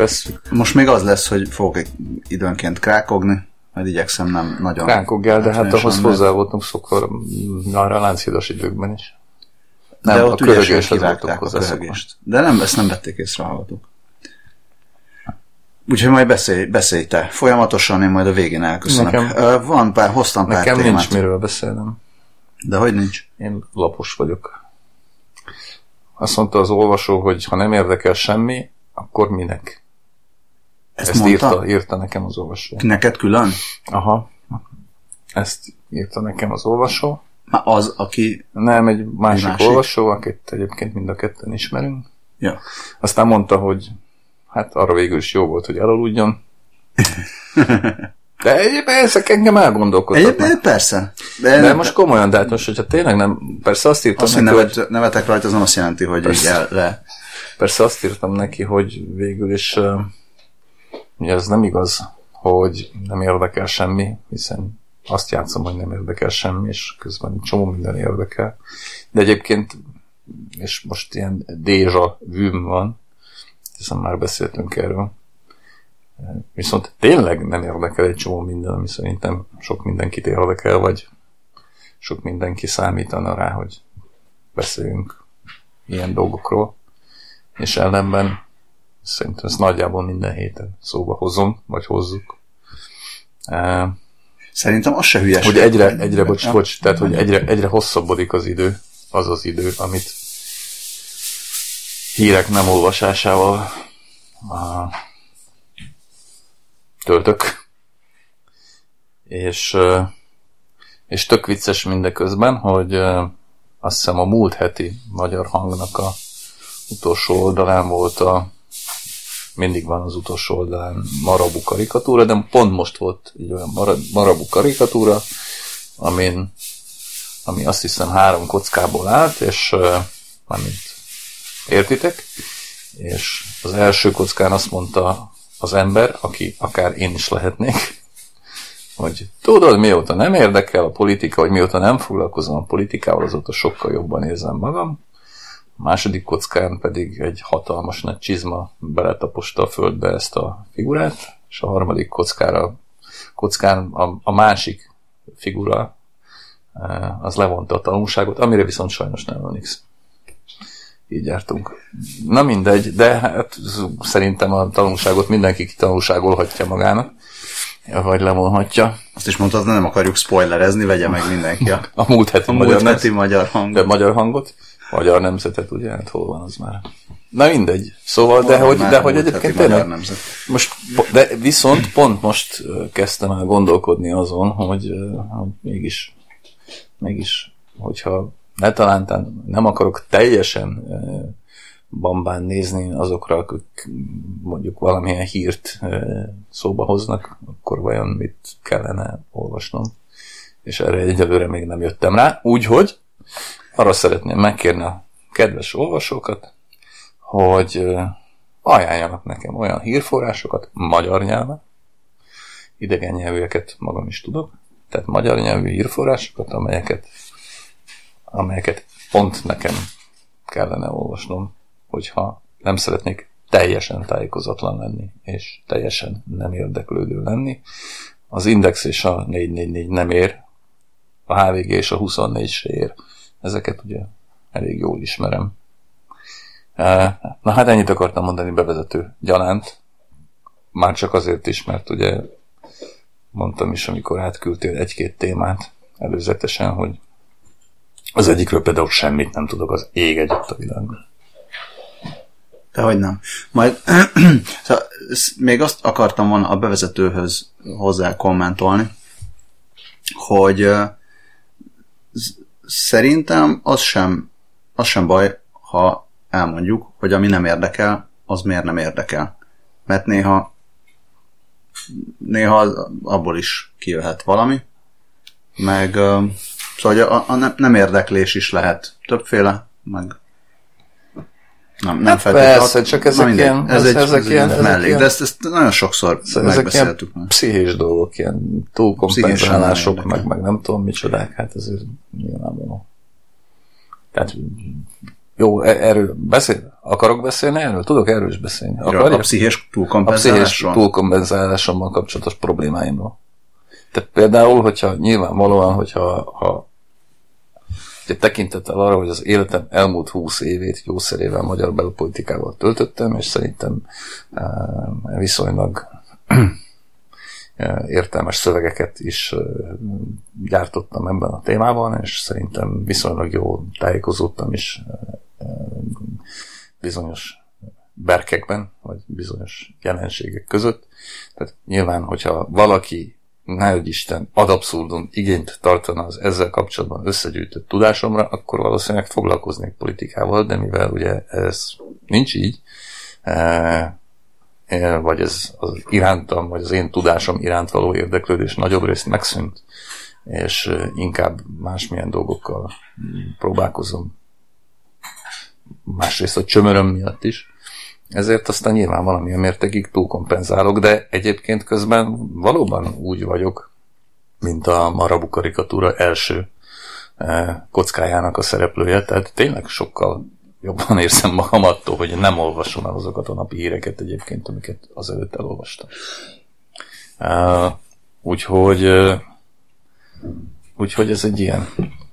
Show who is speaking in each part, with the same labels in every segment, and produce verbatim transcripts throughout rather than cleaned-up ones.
Speaker 1: vesszük.
Speaker 2: Most még az lesz, hogy fogok egy időnként krákogni, majd igyekszem nem nagyon...
Speaker 1: Krákogjál, de hát ahhoz hozzá voltunk szokva arra a Lánchidas időkben is. Nem,
Speaker 2: de ott
Speaker 1: a
Speaker 2: ügyesen kivágták a köhögést. De nem, ezt nem vették észre, hallgatók. Úgyhogy majd beszélj, beszélj te. Folyamatosan én majd a végén elköszönök. Nekem, Van pár, hoztam pár
Speaker 1: nekem
Speaker 2: témát.
Speaker 1: Nekem nincs miről beszélnem.
Speaker 2: De hogy nincs?
Speaker 1: Én lapos vagyok. Azt mondta az olvasó, hogy ha nem érdekel semmi, akkor minek?
Speaker 2: Ezt,
Speaker 1: Ezt
Speaker 2: mondta?
Speaker 1: írta, írta nekem az olvasó.
Speaker 2: Neked külön?
Speaker 1: Aha. Ezt írta nekem az olvasó.
Speaker 2: Már az, aki...
Speaker 1: Nem, egy másik,
Speaker 2: másik
Speaker 1: olvasó, akit egyébként mind a ketten ismerünk.
Speaker 2: Ja.
Speaker 1: Aztán mondta, hogy hát arra végül is jó volt, hogy elaludjon. De egyébként ezek engem elgondolkodtatnak.
Speaker 2: Egyébként persze.
Speaker 1: De, De nem, most komolyan, de hát most, hogyha tényleg nem... Persze azt írtam
Speaker 2: azt,
Speaker 1: neki,
Speaker 2: hogy nevet,
Speaker 1: hogy...
Speaker 2: nevetek rajta, az nem azt jelenti, hogy így el, le...
Speaker 1: Persze azt írtam neki, hogy végül is uh, ugye ez nem igaz, hogy nem érdekel semmi, hiszen azt játszom, hogy nem érdekel semmi, és közben csomó minden érdekel. De egyébként, és most ilyen déjà vu van, hiszen már beszéltünk erről, viszont tényleg nem érdekel egy csomó minden, ami szerintem sok mindenkit érdekel, vagy sok mindenki számítana rá, hogy beszéljünk ilyen dolgokról, és ellenben szerintem ezt nagyjából minden héten szóba hozom, vagy hozzuk.
Speaker 2: Szerintem az se hülyeség.
Speaker 1: Hogy egyre, egyre bocs, bocs, tehát hogy egyre, egyre hosszabbodik az idő, az az idő, amit hírek nem olvasásával uh, töltök. És, uh, és tök vicces mindeközben, hogy uh, azt hiszem a múlt heti Magyar Hangnak a utolsó oldalán volt a, mindig van az utolsó oldalán Marabu karikatúra, de pont most volt egy olyan Marabu karikatúra, amin, ami azt hiszem három kockából állt, és uh, mármint értitek, és az első kockán azt mondta az ember, aki akár én is lehetnék, hogy tudod, mióta nem érdekel a politika, vagy mióta nem foglalkozom a politikával, azóta sokkal jobban érzem magam. A második kockán pedig egy hatalmas nagy csizma beletaposta a földbe ezt a figurát, és a harmadik kockára, kockán a, a másik figura az levonta a tanulságot, amire viszont sajnos nem emlékszem. Így jártunk. Na mindegy, de hát szerintem a tanulságot mindenki kitanulságolhatja magának, vagy levonhatja.
Speaker 2: Azt is mondtad, nem akarjuk spoilerezni, vegye meg mindenki a,
Speaker 1: a múlt heti,
Speaker 2: a
Speaker 1: magyar,
Speaker 2: múlt heti magyar hangot.
Speaker 1: De magyar hangot, magyar nemzetet, ugye? Hát hol van az már? Na mindegy. Szóval, de hogy, de hogy egyébként tényleg, most, de viszont pont most kezdtem el gondolkodni azon, hogy, hogy mégis, mégis, hogyha ne talántán nem akarok teljesen bambán nézni azokra, akik mondjuk valamilyen hírt szóba hoznak, akkor vajon mit kellene olvasnom. És erre egyelőre még nem jöttem rá. Úgyhogy arra szeretném megkérni a kedves olvasókat, hogy ajánljanak nekem olyan hírforrásokat magyar nyelven, idegen nyelvűeket magam is tudok, tehát magyar nyelvű hírforrásokat, amelyeket, amelyeket pont nekem kellene olvasnom, hogyha nem szeretnék teljesen tájékozatlan lenni, és teljesen nem érdeklődő lenni. Az Index és a négy négy négy nem ér, a há vé gé és a huszonnégy se ér. Ezeket ugye elég jól ismerem. Na hát ennyit akartam mondani bevezető gyanánt. Már csak azért is, mert ugye mondtam is, amikor átküldtél egy-két témát előzetesen, hogy az egyikről például semmit nem tudok, az ég egyet a világon.
Speaker 2: Dehogy nem. Majd szóval, még azt akartam volna a bevezetőhöz hozzá kommentolni, hogy uh, szerintem az sem, az sem baj, ha elmondjuk, hogy ami nem érdekel, az miért nem érdekel. Mert néha néha abból is kijöhet valami, meg uh, szóval a, a nem érdeklés is lehet többféle, meg nem, nem
Speaker 1: hát
Speaker 2: feltétlenül.
Speaker 1: Persze, csak ezek
Speaker 2: mindegy,
Speaker 1: ilyen,
Speaker 2: ez egy,
Speaker 1: ezek
Speaker 2: ez
Speaker 1: ilyen,
Speaker 2: egy
Speaker 1: ezek
Speaker 2: mellék,
Speaker 1: ilyen,
Speaker 2: de ezt, ezt nagyon sokszor megbeszéltük.
Speaker 1: Ilyen pszichés dolgok, ilyen túlkompenzálások, meg, meg nem tudom micsodák, hát ezért nyilvánvaló. Tehát Jó, erről beszél, akarok beszélni erről? Tudok erről is beszélni.
Speaker 2: A pszichés túlkompenzálásról? A pszichés
Speaker 1: túlkompenzálásommal kapcsolatos problémáimról. Tehát például, hogyha nyilvánvalóan, hogyha ha, ugye tekintettel arra, hogy az életem elmúlt húsz évét jószerével magyar belpolitikával töltöttem, és szerintem uh, viszonylag értelmes szövegeket is gyártottam ebben a témában, és szerintem viszonylag jól tájékozódtam is bizonyos berkekben, vagy bizonyos jelenségek között. Tehát nyilván, hogyha valaki, nehogy Isten, ad abszurdum igényt tartana az ezzel kapcsolatban összegyűjtött tudásomra, akkor valószínűleg foglalkoznék politikával, de mivel ugye ez nincs így, vagy ez az irántam, vagy az én tudásom iránt való érdeklődés nagyobb részt megszűnt, és inkább másmilyen dolgokkal próbálkozom. Másrészt a csömöröm miatt is. Ezért aztán nyilván valamilyen mértékig túlkompenzálok, de egyébként közben valóban úgy vagyok, mint a Marabu karikatúra első kockájának a szereplője, tehát tényleg sokkal jobban érzem magam attól, hogy nem olvasom el azokat a napi híreket egyébként, amiket azelőtt elolvastam. Uh, úgyhogy uh, úgyhogy ez egy ilyen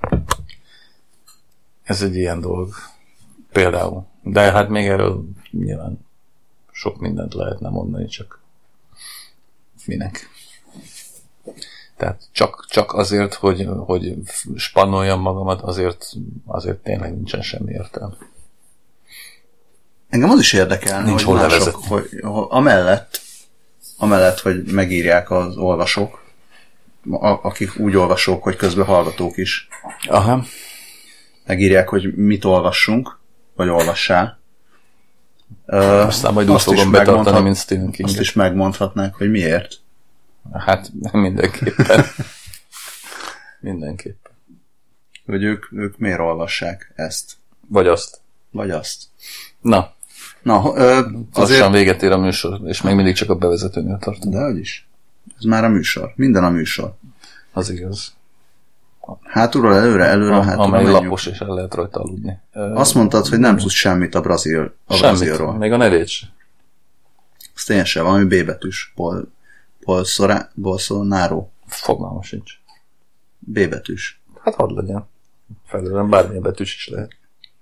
Speaker 1: ez egy ilyen dolog. Például. De hát még erről nyilván sok mindent lehetne mondani, csak minek. Tehát csak, csak azért, hogy, hogy spannoljam magamat, azért, azért tényleg nincsen semmi értelme.
Speaker 2: Engem az is érdekel, hogy mások, hogy amellett, amellett, hogy megírják az olvasók, akik úgy olvasók, hogy közben hallgatók is.
Speaker 1: Aha.
Speaker 2: Megírják, hogy mit olvassunk, vagy olvassál.
Speaker 1: Aztán majd úgy fogom betartani, mint Stephen King.
Speaker 2: Azt is megmondhatnák, hogy miért.
Speaker 1: Hát mindenképpen. Mindenképpen.
Speaker 2: Hogy ők, ők miért olvassák ezt?
Speaker 1: Vagy azt.
Speaker 2: Vagy azt.
Speaker 1: Na.
Speaker 2: Na, ö,
Speaker 1: azért... véget ér a műsor, és még mindig csak a bevezetőnél tartom.
Speaker 2: Dehogy is. Ez már a műsor. Minden a műsor.
Speaker 1: Az igaz.
Speaker 2: Hátulról előre, előre,
Speaker 1: a,
Speaker 2: hátulra
Speaker 1: amely
Speaker 2: menjünk.
Speaker 1: Lapos, és el lehet rajta aludni.
Speaker 2: Azt mondtad, hogy nem tudsz semmit a brazil, a
Speaker 1: semmit,
Speaker 2: brazilról.
Speaker 1: Még a nevét se.
Speaker 2: Azt én sem, valami B betűs. Pol, Polszorá, Bolsonaro.
Speaker 1: Fogalmam sincs.
Speaker 2: B betűs.
Speaker 1: Hát hadd legyen. Felőlem bármilyen betűs is lehet.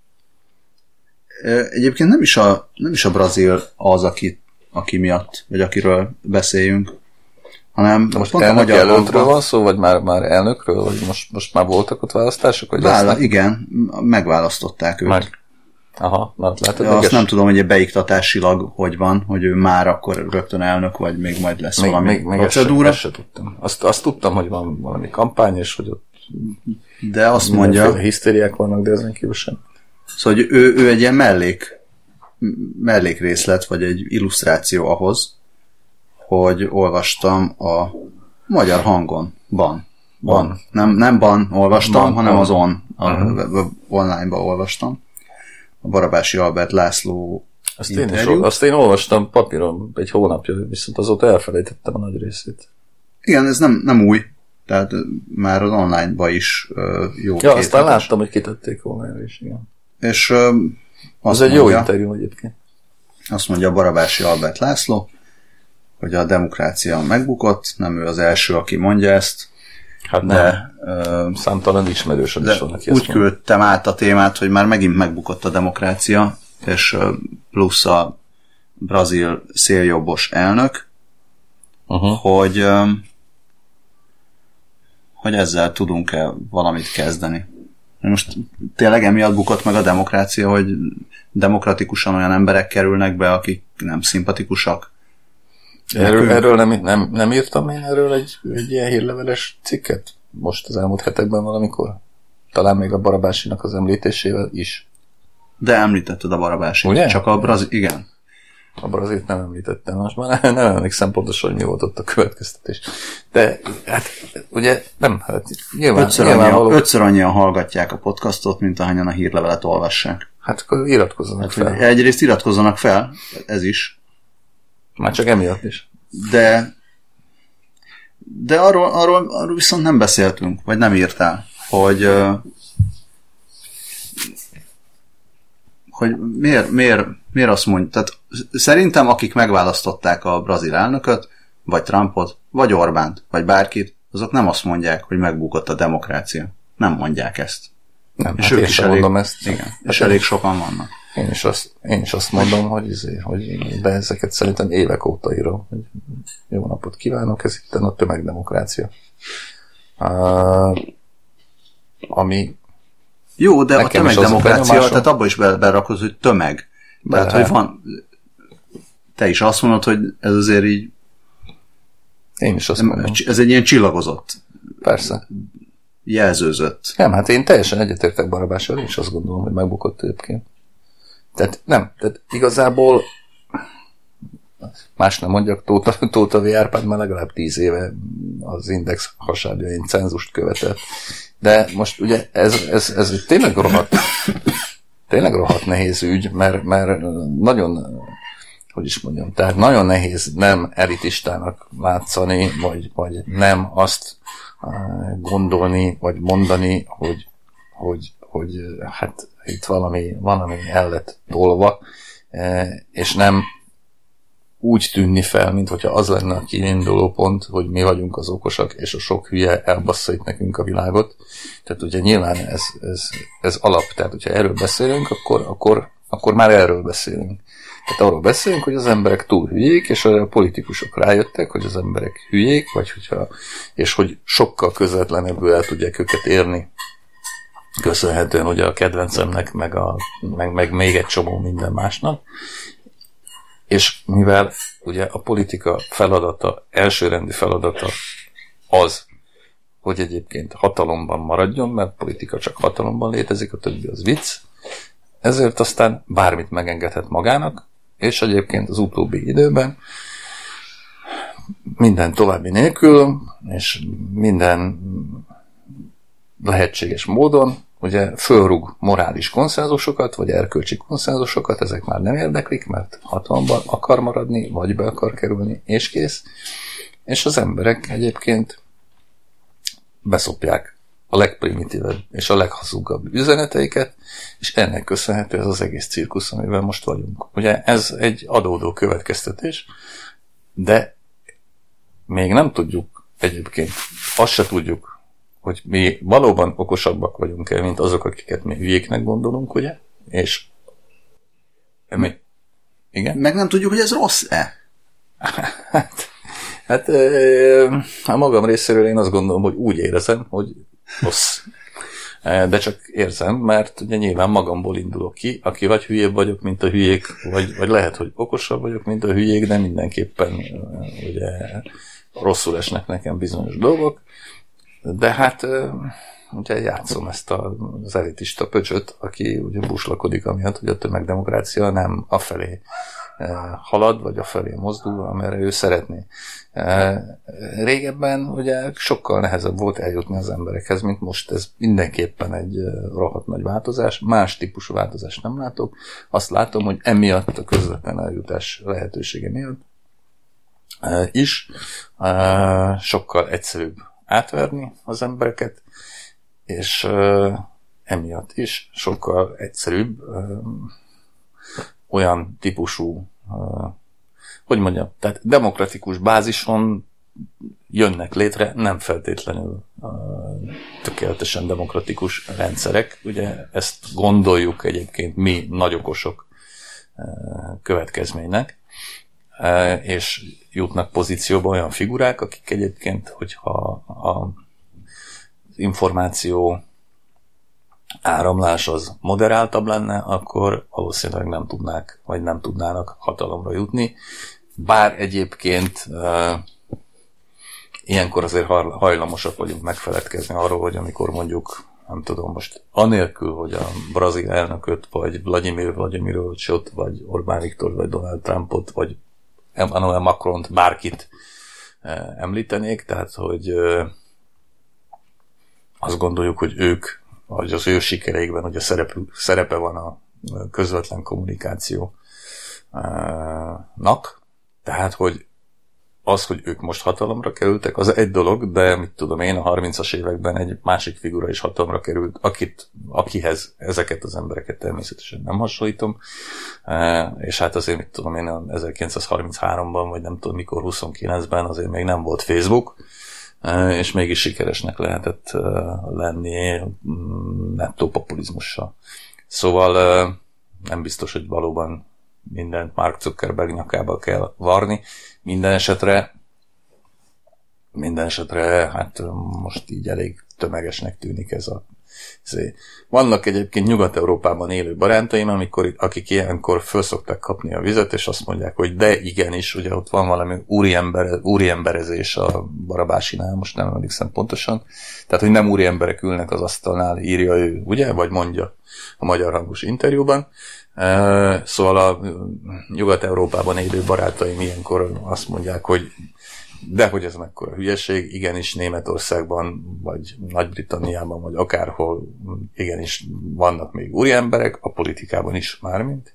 Speaker 2: Egyébként nem is a, nem is a brazil az, aki, aki miatt, vagy akiről beszéljünk, hanem
Speaker 1: most elnök jelöltről van szó, vagy már, már elnökről, vagy most, most már voltak ott választások? Vagy
Speaker 2: Vála, igen, megválasztották őt. Meg.
Speaker 1: Aha, na, látod,
Speaker 2: ja, azt nem tudom, hogy beiktatásilag hogy van, hogy ő már akkor rögtön elnök, vagy még majd lesz még, valami még, még procedúra.
Speaker 1: Ezt se, ezt se tudtam. Azt, azt tudtam, hogy van valami kampány, és hogy ott
Speaker 2: de azt mondja,
Speaker 1: hisztériák vannak, de ezen kívül sem.
Speaker 2: Szóval, hogy ő, ő egy ilyen mellék, mellékrészlet, vagy egy illusztráció ahhoz, hogy olvastam a Magyar Hangon, ban. ban. ban. Nem, nem ban olvastam, ban, hanem ban. Az on, a uh-huh. online-ba olvastam. A Barabási Albert László
Speaker 1: azt én, is, azt én olvastam papíron egy hónapja, viszont azóta elfelejtettem a nagy részét.
Speaker 2: Igen, ez nem, nem új, tehát már az online-ba is uh, jó.
Speaker 1: Ja, aztán láttam, hogy kitették online is, igen.
Speaker 2: És uh,
Speaker 1: az egy mondja, jó interjú egyébként.
Speaker 2: Azt mondja a Barabási Albert László, hogy a demokrácia megbukott, nem ő az első, aki mondja ezt.
Speaker 1: Hát de uh, számtalan ismerősöd is van, aki
Speaker 2: úgy küldtem át a témát, hogy már megint megbukott a demokrácia, és uh, plusz a brazil széljobbos elnök, uh-huh. hogy, um, hogy ezzel tudunk-e valamit kezdeni. Most tényleg emiatt bukott meg a demokrácia, hogy demokratikusan olyan emberek kerülnek be, akik nem szimpatikusak.
Speaker 1: Erről, erről nem, nem, nem írtam én erről egy, egy ilyen hírleveles cikket? Most az elmúlt hetekben valamikor? Talán még a Barabásinak az említésével is.
Speaker 2: De említetted a Barabásit.
Speaker 1: Ugye?
Speaker 2: Csak a brazil, igen.
Speaker 1: A brazilt nem említettem, most már nem, nem emlékszem pontosan, hogy mi volt ott a következtetés. De hát ugye nem, hát nyilván,
Speaker 2: ötször,
Speaker 1: nyilván
Speaker 2: annyian,
Speaker 1: való...
Speaker 2: ötször annyian hallgatják a podcastot, mint ahányan a hírlevelet olvassák.
Speaker 1: Hát akkor iratkozzanak hát, fel.
Speaker 2: Egyrészt iratkozzanak fel, ez is.
Speaker 1: Már csak emiatt is.
Speaker 2: De de arról, arról, arról viszont nem beszéltünk, vagy nem írtál, hogy hogy miért, miért, miért azt mondja, tehát szerintem akik megválasztották a brazil elnököt, vagy Trumpot, vagy Orbánt, vagy bárkit, azok nem azt mondják, hogy megbukott a demokrácia. Nem mondják ezt.
Speaker 1: Nem, és hát ők is elég, mondom ezt.
Speaker 2: Igen, hát és elég sokan vannak.
Speaker 1: Én is azt, én is azt mondom, hogy, izé, hogy de ezeket szerintem évek óta írom, hogy jó napot kívánok, ez itt a tömegdemokrácia. Uh, ami
Speaker 2: jó, de a tömegdemokrácia, tehát abba is berakod, hogy tömeg. Be, tehát, hogy van, te is azt mondod, hogy ez azért így
Speaker 1: én is azt mondom.
Speaker 2: Ez egy ilyen csillagozott.
Speaker 1: Persze.
Speaker 2: Jelzőzött.
Speaker 1: Nem, hát én teljesen egyetértek Barabással, én is azt gondolom, hogy megbukott egyébként. Tehát nem, tehát igazából más nem mondjak, Tóta, Tóta V. Árpád már legalább tíz éve az Index hasábjain cenzust követett. De most ugye ez, ez, ez tényleg rohadt, tényleg rohadt nehéz ügy, mert, mert nagyon, hogy is mondjam, tehát nagyon nehéz nem elitistának látszani, vagy, vagy nem azt gondolni, vagy mondani, hogy, hogy, hogy hát itt valami, valami el lett tolva, és nem úgy tűnni fel, mint hogyha az lenne a kiinduló pont, hogy mi vagyunk az okosak, és a sok hülye elbassza itt nekünk a világot. Tehát ugye nyilván ez, ez, ez alap, tehát hogyha erről beszélünk, akkor, akkor, akkor már erről beszélünk. Tehát arról beszélünk, hogy az emberek túl hülyék, és a politikusok rájöttek, hogy az emberek hülyék, vagy hogyha, és hogy sokkal közvetlenebbül el tudják őket érni. Köszönhetően ugye a kedvencemnek, meg, a, meg, meg még egy csomó minden másnak. És mivel ugye a politika feladata, elsőrendű feladata az, hogy egyébként hatalomban maradjon, mert politika csak hatalomban létezik, a többi az vicc, ezért aztán bármit megengedhet magának, és egyébként az utóbbi időben minden további nélkül, és minden lehetséges módon, ugye fölrúg morális konszenzusokat, vagy erkölcsi konszenzusokat, ezek már nem érdeklik, mert hatalomban akar maradni, vagy be akar kerülni, és kész. És az emberek egyébként beszopják a legprimitívebb és a leghazugabb üzeneteiket, és ennek köszönhető ez az egész cirkusz, amiben most vagyunk. Ugye ez egy adódó következtetés, de még nem tudjuk egyébként, azt se tudjuk, hogy mi valóban okosabbak vagyunk-e, mint azok, akiket mi hülyéknek gondolunk, ugye? És mi? Igen?
Speaker 2: Meg nem tudjuk, hogy ez rossz-e?
Speaker 1: hát, hát a magam részéről én azt gondolom, hogy úgy érzem, hogy rossz. De csak érzem, mert ugye nyilván magamból indulok ki, aki vagy hülyébb vagyok, mint a hülyék, vagy, vagy lehet, hogy okosabb vagyok, mint a hülyék, de mindenképpen ugye rosszul esnek nekem bizonyos dolgok. De hát ugye játszom ezt az elitista pöcsöt, aki ugye buslakodik amiatt, hogy a tömegdemokrácia nem afelé halad, vagy afelé mozdul, amerre ő szeretné. Régebben ugye sokkal nehezebb volt eljutni az emberekhez, mint most. Ez mindenképpen egy rohadt nagy változás. Más típusú változást nem látok. Azt látom, hogy emiatt a közvetlen eljutás lehetősége miatt is sokkal egyszerűbb átverni az embereket, és uh, emiatt is sokkal egyszerűbb uh, olyan típusú, uh, hogy mondjam, tehát demokratikus bázison jönnek létre nem feltétlenül uh, tökéletesen demokratikus rendszerek. Ugye ezt gondoljuk egyébként mi nagyokosok uh, következménynek, uh, és jutnak pozícióba olyan figurák, akik egyébként, hogyha az információ áramlás az moderáltabb lenne, akkor valószínűleg nem tudnák, vagy nem tudnának hatalomra jutni. Bár egyébként e, ilyenkor azért hajlamosak vagyunk megfeledkezni arról, hogy amikor mondjuk, nem tudom most, anélkül, hogy a brazil elnököt, vagy Vladimir Vladimirovicsot, vagy Orbán Viktor, vagy Donald Trumpot, vagy Emmanuel Macront, bárkit említenék, tehát, hogy azt gondoljuk, hogy ők, vagy az ő sikereikben, hogy a szerepe, szerepe van a közvetlen kommunikációnak, tehát, hogy az, hogy ők most hatalomra kerültek, az egy dolog, de mit tudom én, a harmincas években egy másik figura is hatalomra került, akit, akihez ezeket az embereket természetesen nem hasonlítom, és hát azért mit tudom én, ezerkilencszázharmincháromban, vagy nem tudom mikor, huszonkilencben azért még nem volt Facebook, és mégis sikeresnek lehetett lenni nettó populizmussal. Szóval nem biztos, hogy valóban mindent Mark Zuckerberg nyakába kell varni. Minden esetre minden esetre, hát most így elég tömegesnek tűnik ez a... Vannak egyébként Nyugat-Európában élő barátaim, amikor, akik ilyenkor föl szokták kapni a vizet, és azt mondják, hogy de igenis, ugye ott van valami úriember, úriemberezés a Barabásinál, most nem emlékszem pontosan, tehát, hogy nem úriemberek ülnek az asztalnál, írja ő, ugye, vagy mondja a Magyar Hangos interjúban. Szóval a Nyugat-Európában élő barátaim ilyenkor azt mondják, hogy dehogy ez mekkora hülyeség, igenis Németországban, vagy Nagy-Britanniában, vagy akárhol igenis vannak még úriemberek, a politikában is mármint.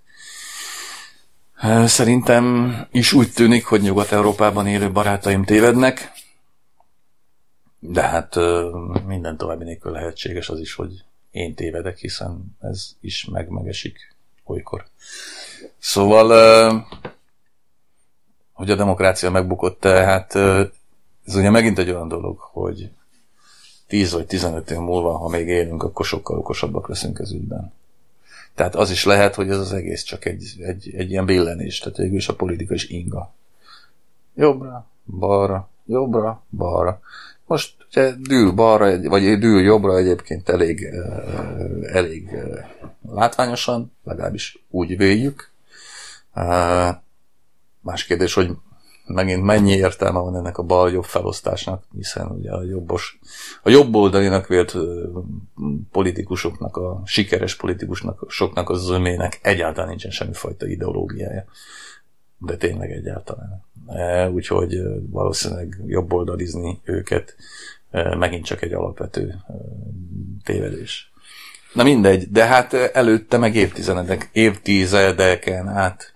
Speaker 1: Szerintem is úgy tűnik, hogy Nyugat-Európában élő barátaim tévednek, de hát minden további nélkül lehetséges az is, hogy én tévedek, hiszen ez is meg-megesik olykor. Szóval... hogy a demokrácia megbukott, tehát ez ugye megint egy olyan dolog, hogy tíz vagy tizenöt év múlva, ha még élünk, akkor sokkal okosabbak leszünk ez ügyben. Tehát az is lehet, hogy ez az egész csak egy, egy, egy ilyen billenés, tehát végül is a politika is inga. Jobbra, balra, jobbra, balra. Most ugye dől balra, vagy dől jobbra egyébként elég, elég látványosan, legalábbis úgy véljük. Más kérdés, hogy megint mennyi értelme van ennek a bal-jobb felosztásnak, hiszen ugye a jobbos, a jobb oldalinak vélt politikusoknak, a sikeres politikusnak, soknak az zömének egyáltalán nincsen semmifajta ideológiája. De tényleg egyáltalán. Úgyhogy valószínűleg jobboldalizni őket megint csak egy alapvető tévedés. Na mindegy, de hát előtte meg évtizedek, évtizedeken át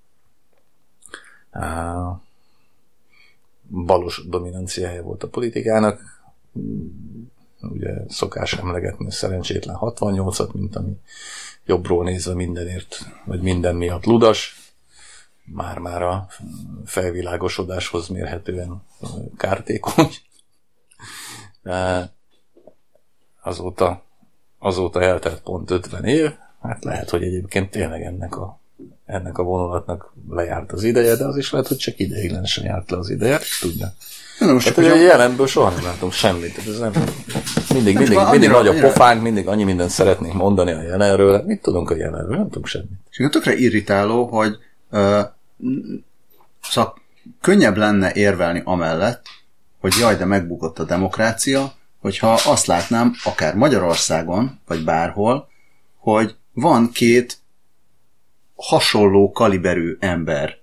Speaker 1: balos dominanciája volt a politikának. Ugye szokás emlegetni szerencsétlen hatvannyolcat, mint ami jobbról nézve mindenért, vagy minden miatt ludas. Már-már a felvilágosodáshoz mérhetően kártékony. Azóta, azóta eltelt pont ötven év. Hát lehet, hogy egyébként tényleg ennek a ennek a vonulatnak lejárt az ideje, de az is lehet, hogy csak ideiglenesen járt le az ideje, tudja. Na most, hát, hogy a jelenből soha nem látom semmit. Ez nem, mindig, mindig, mindig nagy a pofánk, mindig annyi mindent szeretnénk mondani a jelenről. Mit tudunk a jelenről? Nem tudunk semmit.
Speaker 2: És tökre irritáló, hogy uh, szóval könnyebb lenne érvelni amellett, hogy jaj, de megbukott a demokrácia, hogyha azt látnám, akár Magyarországon, vagy bárhol, hogy van két hasonló kaliberű ember.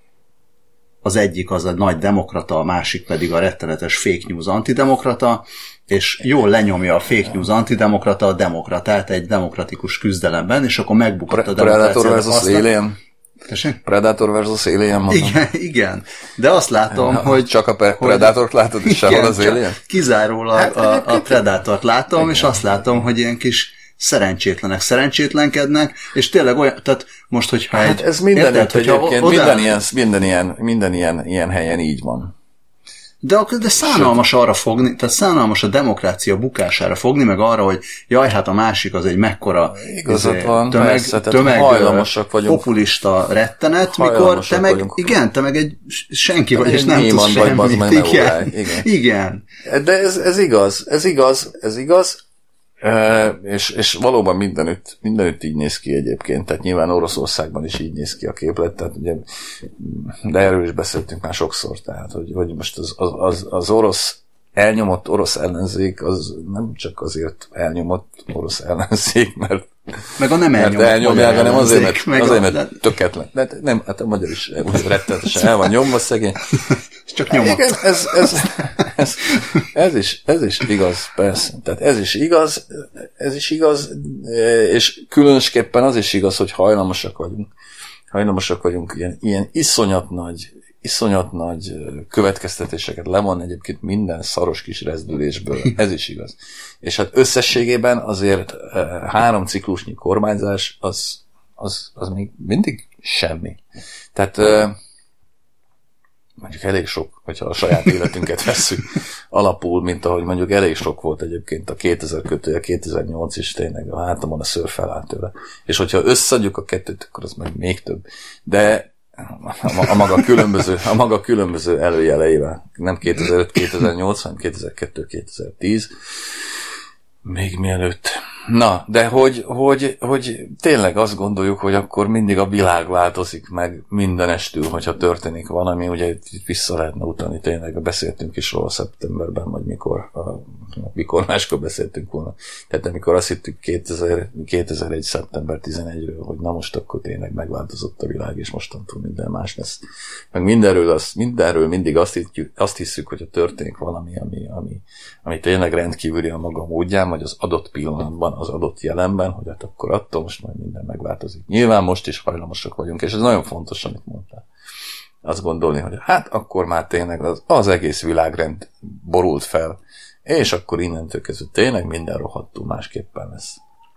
Speaker 2: Az egyik az a nagy demokrata, a másik pedig a rettenetes fake news antidemokrata, és jól lenyomja a fake news antidemokrata a demokratát egy demokratikus küzdelemben, és akkor megbukott a demokrácia.
Speaker 1: Predator versus Alien. Predator versus Alien, mondom.
Speaker 2: Igen, igen. De azt látom, ja, hogy...
Speaker 1: Csak a Predátort látod, és sehol az Alien?
Speaker 2: Kizárólag hát, a, a Predátort látom, igen, és azt látom, hogy ilyen kis szerencsétlenek szerencsétlenkednek, és tényleg olyan, tehát most, hogyha
Speaker 1: hát
Speaker 2: egy...
Speaker 1: ez minden érted, egyébként, oda... minden, ilyen, minden, ilyen, minden ilyen, ilyen helyen így van.
Speaker 2: De, de szánalmas arra fogni, tehát szánalmas a demokrácia bukására fogni, meg arra, hogy jaj, hát a másik az egy mekkora
Speaker 1: izé, van, tömeg,
Speaker 2: persze, tömeg populista rettenet, mikor te meg, vagyunk. Igen, te meg egy senki vagy, és nem tudsz semmit. Igen, igen. igen.
Speaker 1: De ez, ez igaz, ez igaz, ez igaz, e, és, és valóban mindenütt, mindenütt így néz ki egyébként, tehát nyilván Oroszországban is így néz ki a képlet, tehát ugye, de erről is beszéltünk már sokszor, tehát hogy, hogy most az, az, az orosz elnyomott orosz ellenzék az nem csak azért elnyomott orosz ellenzék, mert
Speaker 2: meg a nem elnyomott
Speaker 1: elnyomják, hanem azért, mert, azért, mert, mert tökéletlen. De nem, hát a magyar is rettenetesen el van nyomva szegény.
Speaker 2: Csak nyomott.
Speaker 1: Igen, ez, ez, ez, ez, is, ez is igaz, persze. Tehát ez is igaz, ez is igaz, és különösképpen az is igaz, hogy hajlamosak vagyunk. Hajlamosak vagyunk ilyen, ilyen iszonyat nagy iszonyat nagy következtetéseket levon egyébként minden szaros kis rezdülésből. Ez is igaz. És hát összességében azért három ciklusnyi kormányzás az, az, az még mindig semmi. Tehát mondjuk elég sok, hogyha a saját életünket vesszük alapul, mint ahogy mondjuk elég sok volt egyébként a kétezer kötője, kétezer-nyolc is tényleg a hátamon a szőr felállt tőle. És hogyha összeadjuk a kettőt, akkor az meg még több. De a, a, maga különböző, a maga különböző előjeleivel, nem kétezer-öt kétezer-nyolc, hanem kétezer-kettő kétezer-tíz, még mielőtt. Na, de hogy, hogy, hogy tényleg azt gondoljuk, hogy akkor mindig a világ változik meg mindenestül, hogyha történik valami, ugye itt vissza lehetne utalni, tényleg beszéltünk is róla szeptemberben, vagy mikor, a, mikor máskor beszéltünk volna. Tehát amikor azt hittük kétezer, kétezer-egy. szeptember tizenegyedikéről, hogy na most akkor tényleg megváltozott a világ, és mostantól minden más lesz. Meg mindenről, az, mindenről mindig azt, hittjük, azt hiszük, hogy történik valami, ami, ami, ami tényleg rendkívüli a maga módján, vagy az adott pillanatban, az adott jelenben, hogy hát akkor attól most majd minden megváltozik. Nyilván most is hajlamosak vagyunk, és ez nagyon fontos, amit mondtál. Azt gondolni, hogy hát akkor már tényleg az, az egész világrend borult fel, és akkor innentől kezdve tényleg minden rohadtul másképpen lesz.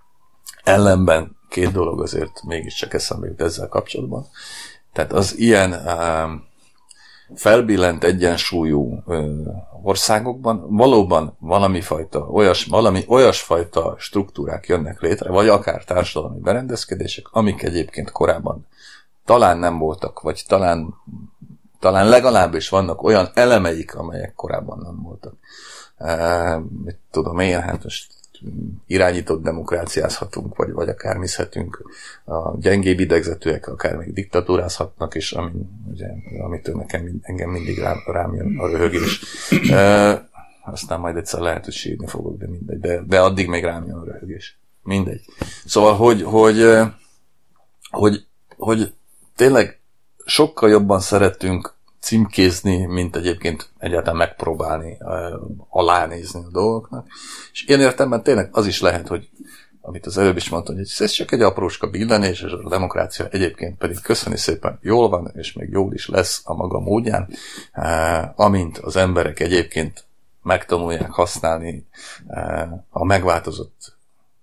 Speaker 1: Ellenben két dolog azért mégiscsak eszembe jut ezzel kapcsolatban. Tehát az ilyen um, felbillent egyensúlyú ö, országokban valóban valami fajta, olyas, valami olyasfajta struktúrák jönnek létre, vagy akár társadalmi berendezkedések, amik egyébként korábban talán nem voltak, vagy talán, talán legalábbis vannak olyan elemeik, amelyek korábban nem voltak. E, mit tudom én, hát most irányított demokráciázhatunk, vagy, vagy akár miszhetünk, a gyengébb idegzetűek akár még diktatúrázhatnak, és ami, ugye, amitől nekem, engem mindig rám, rám jön a röhögés. E, aztán majd egyszer lehet, hogy sírni fogok, de mindegy, de, de addig még rám jön a röhögés. Mindegy. Szóval, hogy, hogy, hogy, hogy tényleg sokkal jobban szeretünk címkézni, mint egyébként egyáltalán megpróbálni uh, alánézni a dolgoknak. És ilyen értelemben tényleg az is lehet, hogy amit az előbb is mondtam, hogy ez csak egy apróska billenés, és a demokrácia egyébként pedig köszöni szépen jól van, és még jól is lesz a maga módján, uh, amint az emberek egyébként megtanulják használni uh, a megváltozott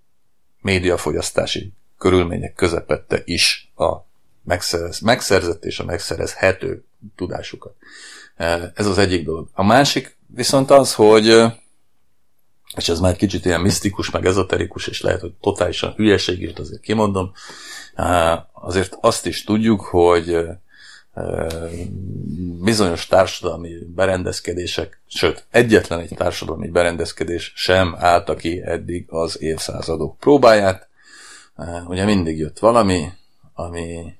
Speaker 1: médiafogyasztási körülmények közepette is a megszerez, megszerzett és a megszerezhető tudásukat. Ez az egyik dolog. A másik viszont az, hogy, és ez már kicsit ilyen misztikus, meg ezoterikus, és lehet, hogy totálisan hülyeség is, azért kimondom, azért azt is tudjuk, hogy bizonyos társadalmi berendezkedések, sőt, egyetlen egy társadalmi berendezkedés sem állta ki eddig az évszázadok próbáját. Ugye mindig jött valami, ami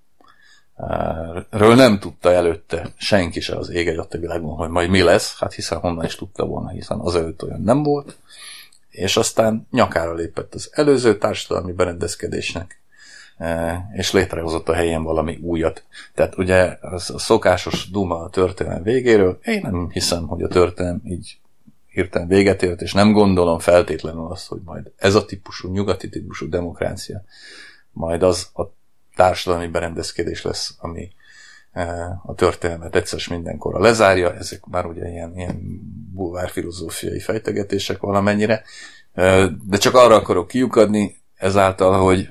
Speaker 1: ről nem tudta előtte senki se az ég egyatta világban, hogy majd mi lesz, hát hiszen honnan is tudta volna, hiszen azelőtt olyan nem volt, és aztán nyakára lépett az előző társadalmi berendezkedésnek, és létrehozott a helyén valami újat. Tehát ugye az a szokásos duma a történelem végéről, én nem hiszem, hogy a történelem így hirtelen véget ért, és nem gondolom feltétlenül azt, hogy majd ez a típusú, nyugati típusú demokrácia, majd az a társadalmi berendezkedés lesz, ami a történelmet egyszer mindenkorra lezárja. Ezek már ugye ilyen, ilyen bulvárfilozófiai fejtegetések valamennyire, de csak arra akarok kiukadni ezáltal, hogy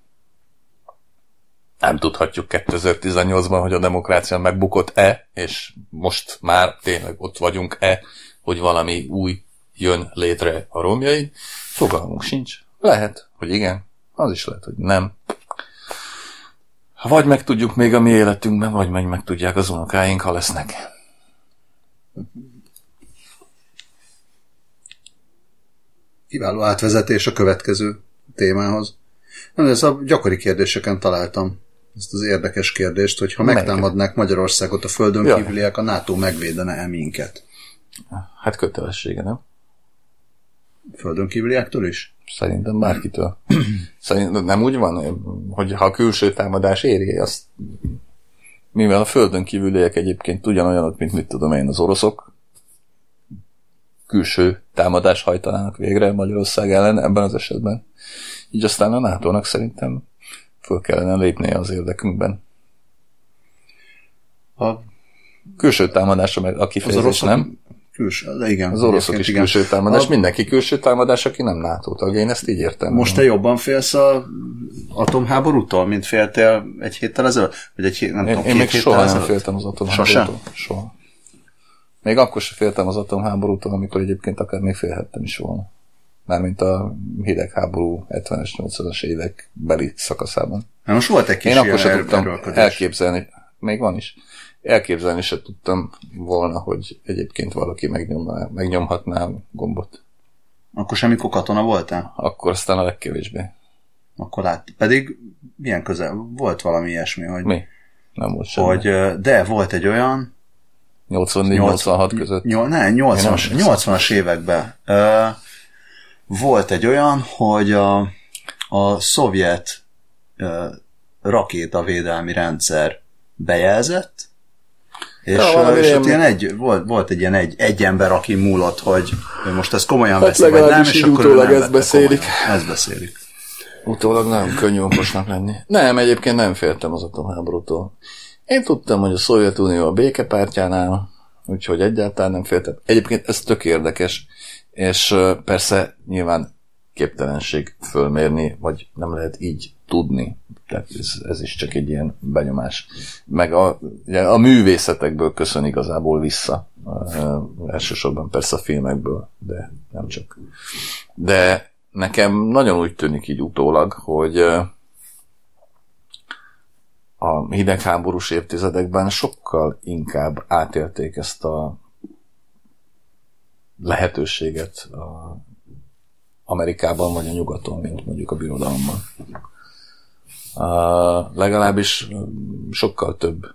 Speaker 1: nem tudhatjuk kétezer-tizennyolcban, hogy a demokrácia megbukott-e, és most már tényleg ott vagyunk-e, hogy valami új jön létre a romjain. Fogalmunk sincs. Lehet, hogy igen, az is lehet, hogy nem. Vagy megtudjuk még a mi életünkben, vagy meg megtudják az unokáink, ha lesznek.
Speaker 2: Kiváló átvezetés a következő témához. Nem, ez a gyakori kérdéseken találtam ezt az érdekes kérdést, hogy ha megtámadnák Magyarországot a földön ja. kívüliek, a NATO megvédene-e minket?
Speaker 1: Hát kötelessége, nem?
Speaker 2: Földön kívüliektől is?
Speaker 1: Szerintem bárkitől. Szerintem nem úgy van, hogy ha a külső támadás éri, azt mivel a földön kívüliek egyébként ugyanolyanok, mint mit tudom én, az oroszok külső támadás hajtanának végre Magyarország ellen ebben az esetben. Így aztán a nátónak szerintem föl kellene lépnie az érdekünkben.
Speaker 2: A
Speaker 1: külső támadása, meg a kifejezés nem.
Speaker 2: Külső, de igen.
Speaker 1: Az oroszok is igen. Külső támadás, a... mindenki külső támadás, aki nem NATO tag. Én ezt így értem.
Speaker 2: Most te jobban félsz az atomháborútól, mint féltél egy héttel ezelőtt? Vagy egy hét, nem
Speaker 1: én
Speaker 2: tudom,
Speaker 1: én még soha
Speaker 2: ezelőtt?
Speaker 1: nem féltem az atomháborútól. Sose? Soha. Még akkor sem féltem az atomháborútól, amikor egyébként akár még félhettem is volna. Mármint a hidegháború hetvenes, nyolcvanas évek beli szakaszában.
Speaker 2: Na most volt egy kis
Speaker 1: én akkor sem tudtam
Speaker 2: erőlködés.
Speaker 1: elképzelni, még van is, elképzelni se tudtam volna, hogy egyébként valaki megnyomná, megnyomhatná a gombot.
Speaker 2: Akkor semmikor katona voltál?
Speaker 1: Akkor aztán a legkevésbé.
Speaker 2: Akkor lát. Pedig milyen közel? Volt valami ilyesmi, hogy...
Speaker 1: Mi? Nem volt semmi.
Speaker 2: Hogy, de volt egy olyan...
Speaker 1: nyolcvannégy nyolcvanhat között.
Speaker 2: Nyol, ne, nyolcvanas, nyolcvanas években. Uh, volt egy olyan, hogy a, a szovjet uh, rakétavédelmi rendszer bejelzett, és, ja, és ott ilyen egy, volt, volt egy ilyen egy, egy ember, aki múlott, hogy most ezt komolyan
Speaker 1: hát
Speaker 2: veszi, vagy nem, és akkor
Speaker 1: utólag ezt beszélik.
Speaker 2: Ezt beszélik.
Speaker 1: Utólag nem könnyű okosnak lenni. Nem, egyébként nem féltem az atomháborútól. Én tudtam, hogy a Szovjetunió a békepártjánál, úgyhogy egyáltalán nem féltem. Egyébként ez tök érdekes, és persze nyilván képtelenség fölmérni, vagy nem lehet így tudni. Tehát ez, ez is csak egy ilyen benyomás. Meg a, ugye a művészetekből köszön igazából vissza. Uh, elsősorban persze a filmekből, de nem csak. De nekem nagyon úgy tűnik így utólag, hogy uh, a hidegháborús évtizedekben sokkal inkább átélték ezt a lehetőséget a Amerikában vagy a nyugaton, mint mondjuk a birodalomban. Uh, legalábbis sokkal több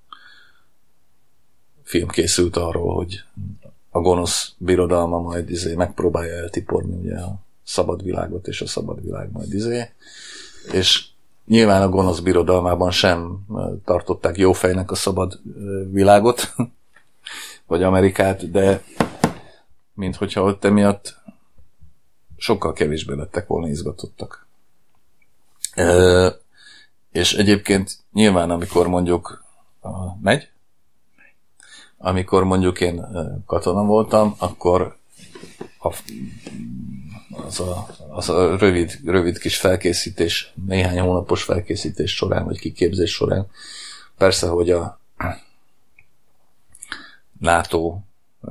Speaker 1: film készült arról, hogy a gonosz birodalma majd izé megpróbálja eltiporni ugye a szabad világot, és a szabad világ majd izé. És nyilván a gonosz birodalmában sem tartották jó fejnek a szabad világot, vagy Amerikát, de mint hogyha ott emiatt sokkal kevésbé lettek volna izgatottak. E, és egyébként nyilván, amikor mondjuk a, megy, amikor mondjuk én katona voltam, akkor a, az, a, az a rövid, rövid kis felkészítés, néhány hónapos felkészítés során, vagy kiképzés során, persze, hogy a NATO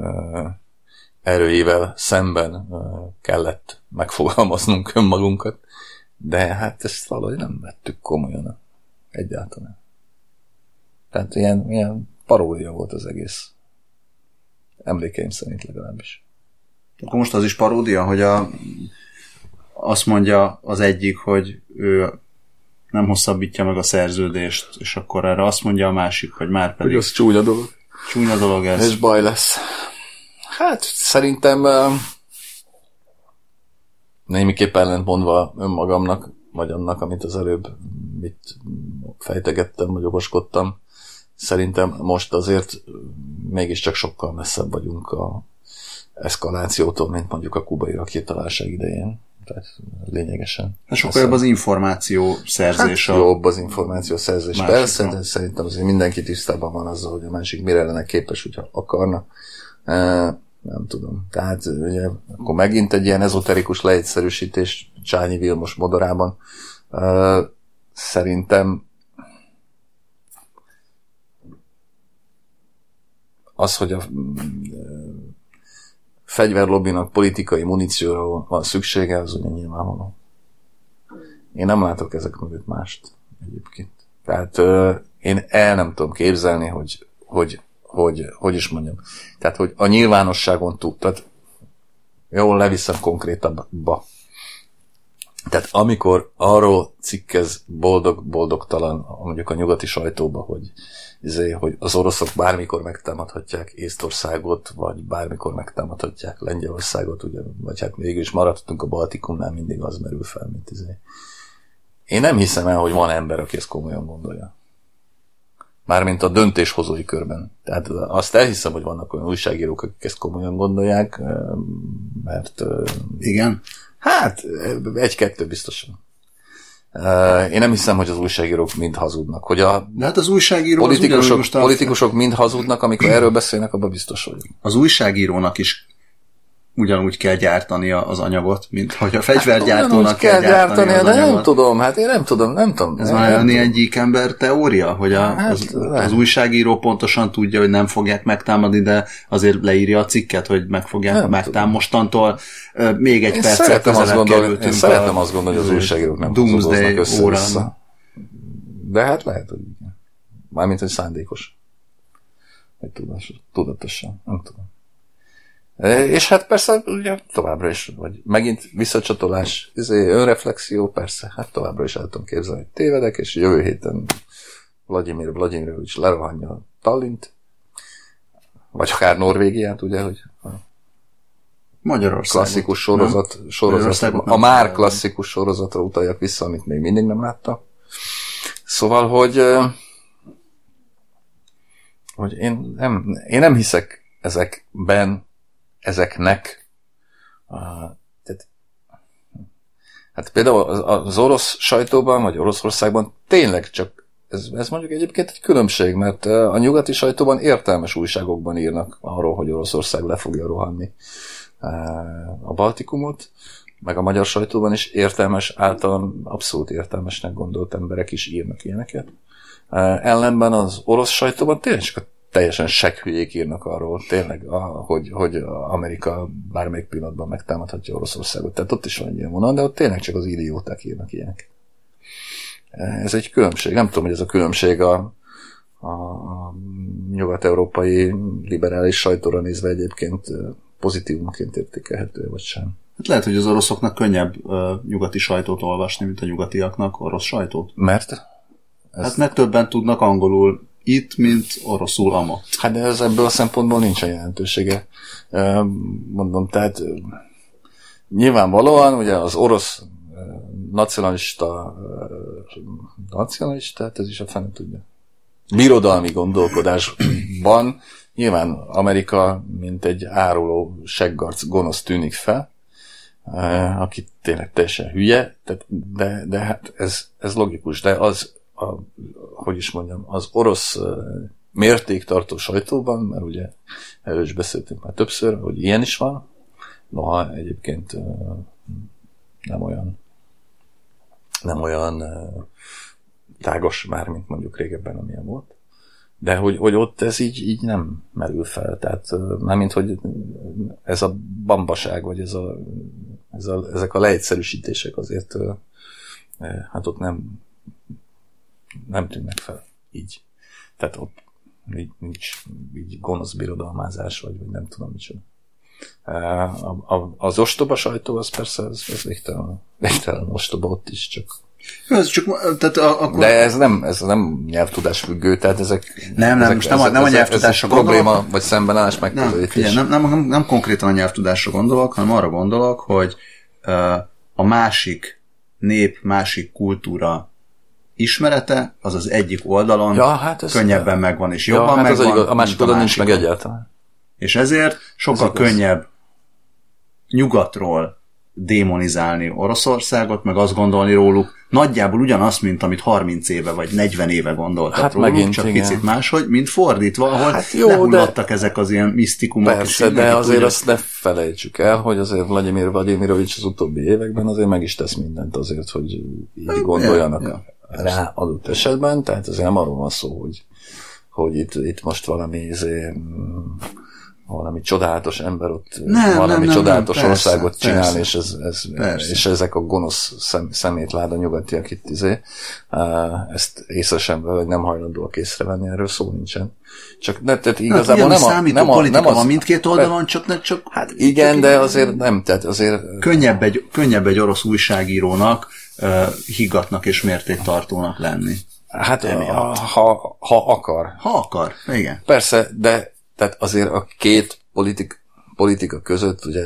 Speaker 1: erőivel szemben kellett megfogalmaznunk önmagunkat, de hát ezt valahogy nem vettük komolyan egyáltalán. Tehát ilyen, ilyen paródia volt az egész. Emlékeim szerint legalábbis.
Speaker 2: Akkor most az is paródia, hogy a, azt mondja az egyik, hogy ő nem hosszabbítja meg a szerződést, és akkor erre azt mondja a másik, hogy már pedig...
Speaker 1: Hogy az csúnya dolog.
Speaker 2: Csúnya dolog ez.
Speaker 1: És baj lesz. Hát szerintem némiképp ellentmondva önmagamnak, vagy annak, amit az előbb mit fejtegettem, vagy okoskodtam, szerintem most azért mégiscsak sokkal messzebb vagyunk a eszkalációtól, mint mondjuk a kubai rakétaválság idején. Tehát lényegesen.
Speaker 2: Hát sokkal jobb az információ szerzés.
Speaker 1: Hát jobb az információ szerzés. Persze, de szerintem azért mindenki tisztában van azzal, hogy a másik mire lenne képes, hogyha akarna. Nem tudom. Tehát ugye, akkor megint egy ilyen ezoterikus leegyszerűsítés Csányi Vilmos modorában. Szerintem az, hogy a fegyverlobbinak politikai munícióra van szüksége, az ugye nyilvánvaló. Én nem látok ezek mögött mást egyébként. Tehát euh, én el nem tudom képzelni, hogy, hogy, hogy, hogy is mondjam. Tehát, hogy a nyilvánosságon túl, tehát jól leviszem konkrétabbba. Tehát amikor arról cikkez boldog-boldogtalan, mondjuk a nyugati sajtóba, hogy, hogy az oroszok bármikor megtámadhatják Észtországot, vagy bármikor megtámadhatják Lengyelországot, ugye, vagy hát mégis maradtunk a Baltikumnál, mindig az merül fel, mint izé. Én nem hiszem el, hogy van ember, aki ezt komolyan gondolja. Mármint a döntéshozói körben. Tehát azt elhiszem, hogy vannak olyan újságírók, akik ezt komolyan gondolják, mert...
Speaker 2: Igen?
Speaker 1: Hát, egy-kettő biztosan. Én nem hiszem, hogy az újságírók mind hazudnak. Hogy a
Speaker 2: De hát az újságíró
Speaker 1: politikusok,
Speaker 2: az a...
Speaker 1: politikusok mind hazudnak, amikor erről beszélnek, abban biztos vagyok.
Speaker 2: Az újságírónak is ugyanúgy kell gyártania az anyagot, mint hogy a fegyvergyártónak hát, kell, kell gyártani az
Speaker 1: de
Speaker 2: anyagot.
Speaker 1: Nem tudom, hát én nem tudom, nem tudom.
Speaker 2: Ez már olyan ilyen gyík ember teória, hogy a, hát, az, az újságíró pontosan tudja, hogy nem fogják megtámadni, de azért leírja a cikket, hogy meg fogják megtámadni. Mostantól uh, még egy
Speaker 1: én
Speaker 2: percet közelebb kerültünk.
Speaker 1: Én szeretem azt gondolni, hogy az újságírók nem hozódoznak össze-vissza. De hát lehet, hogy igen. Mármint, hogy szándékos. Vagy tudatosan. Nem tudom. És hát persze, ugye továbbra is, vagy megint visszacsatolás, önreflexió, persze, hát továbbra is el tudom képzelni, hogy tévedek, és jövő héten Vladimir Vladimirovics lerohanja a Tallint, vagy akár Norvégiát, ugye, hogy a
Speaker 2: Magyarország
Speaker 1: klasszikus sorozat, sorozat a már klasszikus sorozatra utaljak vissza, amit még mindig nem láttam. Szóval, hogy, hogy én, nem, én nem hiszek ezekben, ezeknek. Uh, tehát, hát például az orosz sajtóban, vagy Oroszországban tényleg csak, ez, ez mondjuk egyébként egy különbség, mert a nyugati sajtóban értelmes újságokban írnak arról, hogy Oroszország le fogja rohanni uh, a Baltikumot, meg a magyar sajtóban is értelmes, általán abszolút értelmesnek gondolt emberek is írnak ilyeneket. Uh, ellenben az orosz sajtóban tényleg csak a teljesen sekkhülyék írnak arról, tényleg, a, hogy, hogy Amerika bármelyik pillanatban megtámadhatja Oroszországot. Tehát ott is van egy ilyen vonal, de ott tényleg csak az idióták írnak ilyenek. Ez egy különbség. Nem tudom, hogy ez a különbség a, a, a nyugat-európai liberális sajtóra nézve egyébként pozitívumként értékelhető, vagy sem.
Speaker 2: Hát lehet, hogy az oroszoknak könnyebb uh, nyugati sajtót olvasni, mint a nyugatiaknak orosz sajtót.
Speaker 1: Mert?
Speaker 2: Ez... Hát mert többen tudnak angolul itt, mint oroszul amott.
Speaker 1: Hát de ez ebből a szempontból nincsen jelentősége. Mondom, tehát nyilvánvalóan ugye az orosz nacionalista nacionalista, hát ez is a fene tudja. Birodalmi gondolkodásban nyilván Amerika mint egy áruló seggarc gonosz tűnik fel, aki tényleg teljesen hülye, de, de hát ez, ez logikus, de az A, hogy is mondjam, az orosz uh, mértéktartó sajtóban, mert ugye erről is beszéltünk már többször, hogy ilyen is van, noha egyébként uh, nem olyan nem olyan uh, tágos már, mint mondjuk régebben, amilyen volt. De hogy, hogy ott ez így, így nem merül fel. Tehát uh, mármint, hogy ez a bambaság, vagy ez a, ez a, ezek a leegyszerűsítések azért uh, hát ott nem nem tűnnek fel így. Tehát ott így, nincs így gonosz birodalmázás, vagy, vagy nem tudom micsoda. A, a, az ostoba sajtó, az persze, ez, ez végtelen, végtelen ostoba ott is, csak...
Speaker 2: Ez csak tehát a, akkor...
Speaker 1: De ez nem, ez nem nyelvtudás függő, tehát ezek...
Speaker 2: Nem, nem,
Speaker 1: ezek,
Speaker 2: most nem, ezek, nem a nyelvtudásra gondolok.
Speaker 1: Probléma, vagy szembenállás megközelítés.
Speaker 2: Nem, nem, nem, nem konkrétan a nyelvtudásra gondolok, hanem arra gondolok, hogy uh, a másik nép, másik kultúra ismerete, az az egyik oldalon
Speaker 1: ja, hát
Speaker 2: könnyebben megvan, és jobban
Speaker 1: ja, hát
Speaker 2: megvan,
Speaker 1: igaz, a másik oldalon nincs meg egyáltalán.
Speaker 2: És ezért sokkal könnyebb nyugatról démonizálni Oroszországot, meg azt gondolni róluk, nagyjából ugyanazt, mint amit harminc éve vagy negyven éve gondoltak hát róluk, megint, csak igen. Picit máshogy, mint fordítva, ahol hát jó, lehulladtak de... ezek az ilyen misztikumok.
Speaker 1: Persze, de azért azt ne felejtsük el, hogy azért Vladimir Vladimirovics az utóbbi években azért meg is tesz mindent azért, hogy így gondoljanak ja, ja, rá adott esetben, tehát azért nem arról van szó, hogy, hogy itt, itt most valami azért, valami csodálatos ember ott nem, valami nem, csodálatos nem, nem, országot persze, csinál, persze, és, ez, ez, és ezek a gonosz szem, szemétláda nyugatiak itt izé, ezt észre sem, vagy nem hajlandóak észrevenni, erről szó nincsen. Csak ne, tehát igazából nem a, nem a
Speaker 2: politika
Speaker 1: nem az,
Speaker 2: van mindkét oldalon, csak ne csak...
Speaker 1: Hát igen, de azért nem, tehát azért...
Speaker 2: Könnyebb egy, könnyebb egy orosz újságírónak uh, higgadnak és mértéktartónak lenni.
Speaker 1: Hát ha, ha, ha akar.
Speaker 2: Ha akar, igen.
Speaker 1: Persze, de tehát azért a két politik, politika között ugye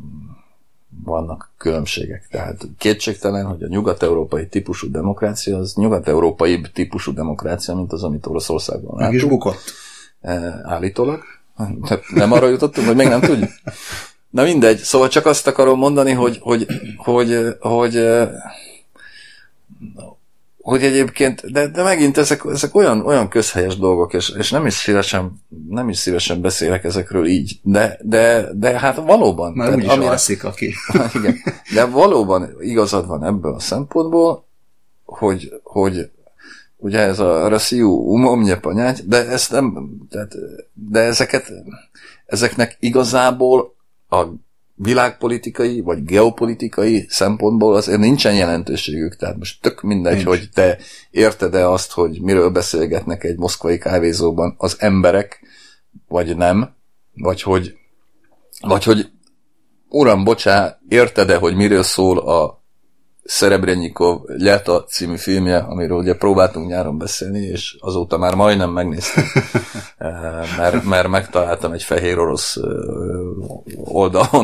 Speaker 1: vannak különbségek. Tehát kétségtelen, hogy a nyugat-európai típusú demokrácia az nyugat-európai típusú demokrácia, mint az, amit Oroszországban látunk.
Speaker 2: Meg is bukott.
Speaker 1: Állítólag. Nem arra jutottunk, hogy még nem tudjuk. Na mindegy. Szóval csak azt akarom mondani, hogy, hogy, hogy, hogy hogy egyébként, de, de megint ezek, ezek olyan, olyan közhelyes dolgok, és, és nem is szívesen, nem is szívesen beszélek ezekről így, de, de, de hát valóban.
Speaker 2: Már úgyis amire... alszik, aki.
Speaker 1: Igen, de valóban igazad van ebből a szempontból, hogy, hogy ugye ez a Rossziú umomnye panyágy, de ezt nem, tehát, de ezeket, ezeknek igazából a világpolitikai, vagy geopolitikai szempontból azért nincsen jelentőségük, tehát most tök mindegy, Nincs. hogy te érted-e azt, hogy miről beszélgetnek egy moszkvai kávézóban az emberek, vagy nem, vagy hogy, vagy hogy uram, bocsá, érted-e, hogy miről szól a Szerebrennyikov Lyeta című filmje, amiről ugye próbáltunk nyáron beszélni, és azóta már majdnem megnéztem, mert, mert megtaláltam egy fehér orosz oldalon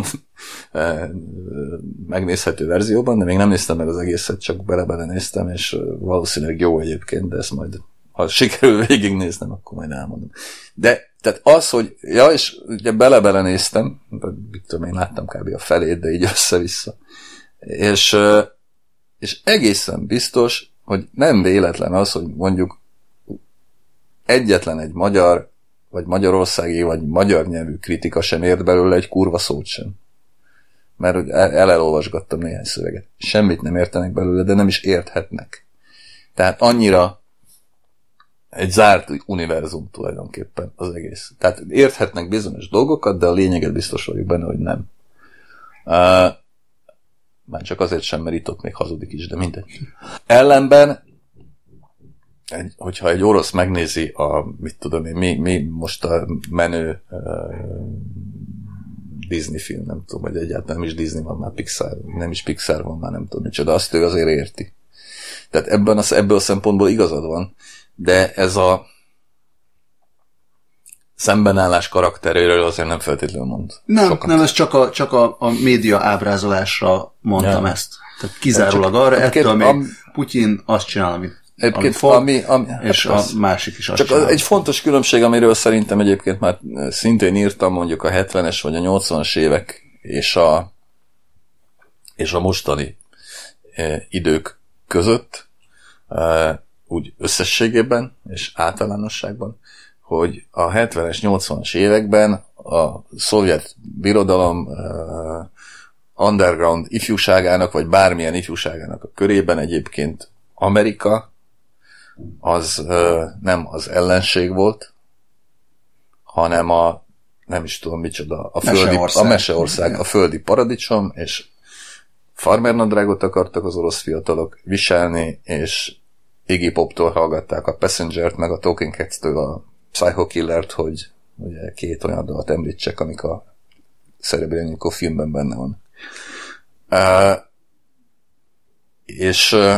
Speaker 1: megnézhető verzióban, de még nem néztem meg az egészet, csak bele-bele néztem, és valószínűleg jó egyébként, de ezt majd, ha sikerül végignéznem, akkor majd elmondom. De tehát az, hogy, ja, és ugye bele-bele néztem, mit tudom, én láttam kb. A felét, de így össze-vissza, és És egészen biztos, hogy nem véletlen az, hogy mondjuk egyetlen egy magyar, vagy magyarországi, vagy magyar nyelvű kritika sem ért belőle egy kurva szót sem. Mert el elolvasgattam néhány szöveget. Semmit nem értenek belőle, de nem is érthetnek. Tehát annyira egy zárt univerzum tulajdonképpen az egész. Tehát érthetnek bizonyos dolgokat, de a lényeget biztos vagyok benne, hogy nem. Uh, Már csak azért sem, mert itt ott még hazudik is, de mindegy. Ellenben, egy, hogyha egy orosz megnézi a, mit tudom én, mi, mi most a menő uh, Disney film, nem tudom, vagy egyáltalán nem is Disney van, már Pixar, nem is Pixar van, már nem tudom micsoda, azt ő azért érti. Tehát ebben az, ebből a szempontból igazad van, de ez a szembenállás karakteréről azért nem feltétlenül mond.
Speaker 2: Nem,
Speaker 1: sokat.
Speaker 2: nem, ez csak a, csak a, a média ábrázolásra mondtam ja. ezt. Tehát kizárólag arra, ettől még am... Putyin azt csinál, amit, amit fog, ami, ami, és hát a másik is azt
Speaker 1: csak
Speaker 2: csinál.
Speaker 1: Egy fontos különbség, amiről szerintem egyébként már szintén írtam mondjuk a hetvenes vagy a nyolcvanas évek és a, és a mostani eh, idők között, eh, úgy összességében és általánosságban, hogy a hetvenes, nyolcvanas években a szovjet birodalom uh, underground ifjúságának, vagy bármilyen ifjúságának a körében egyébként Amerika az uh, nem az ellenség volt, hanem a, nem is tudom micsoda, a, földi, Meseország. a Meseország, a földi paradicsom, és farmernadrágot akartak az orosz fiatalok viselni, és Iggy Poptól hallgatták a Passengert, meg a Talking Heads-től a Psycho Killert, hogy ugye két olyan dalt említsek, amik a Szerebrennyikov filmben benne van. Uh, és uh,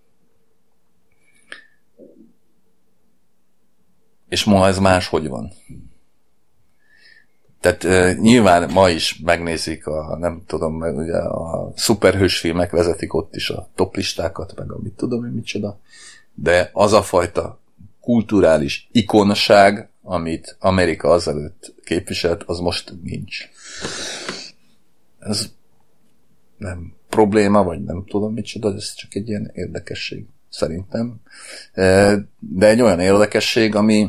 Speaker 1: és ma ez máshogy van. Tehát uh, nyilván ma is megnézik a, nem tudom, meg ugye a szuperhős filmek vezetik ott is a toplistákat, meg a mit tudom én micsoda, de az a fajta kulturális ikonság, amit Amerika azelőtt képviselt, az most nincs. Ez nem probléma, vagy nem tudom micsoda, ez csak egy ilyen érdekesség, szerintem. De egy olyan érdekesség, ami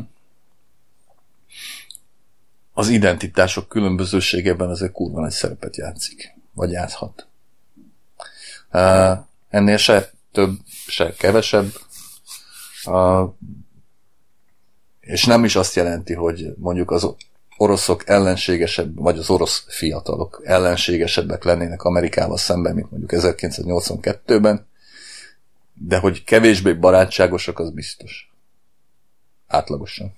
Speaker 1: az identitások különbözőségében azért kurva nagy szerepet játszik, vagy játszhat. Ennél se több, se kevesebb, és nem is azt jelenti, hogy mondjuk az oroszok ellenségesebb, vagy az orosz fiatalok ellenségesebbek lennének Amerikával szemben, mint mondjuk ezerkilencszáznyolcvankettőben, de hogy kevésbé barátságosak, az biztos. Átlagosan.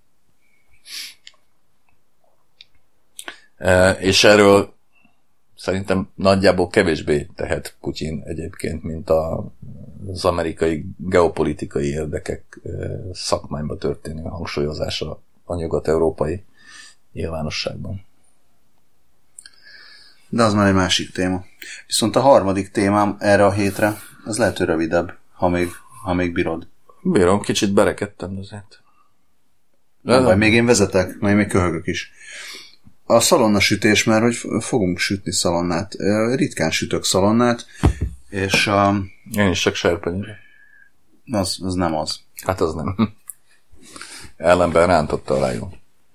Speaker 1: E, és erről szerintem nagyjából kevésbé tehet Putyin egyébként, mint a, az amerikai geopolitikai érdekek e, szakmányba történő hangsúlyozása a nyugat-európai nyilvánosságban.
Speaker 2: De az már egy másik téma. Viszont a harmadik témám erre a hétre, az lehet, hogy rövidebb, ha még, ha még bírod.
Speaker 1: Bírom, kicsit berekedtem azért.
Speaker 2: De nem, vagy még én vezetek, majd még köhögök is. A szalonnasütés, mert hogy fogunk sütni szalonnát. Ritkán sütök szalonnát, és a,
Speaker 1: Én is csak serpenyőre.
Speaker 2: Az, az nem az.
Speaker 1: Hát az nem. Ellenben rántotta alá jó.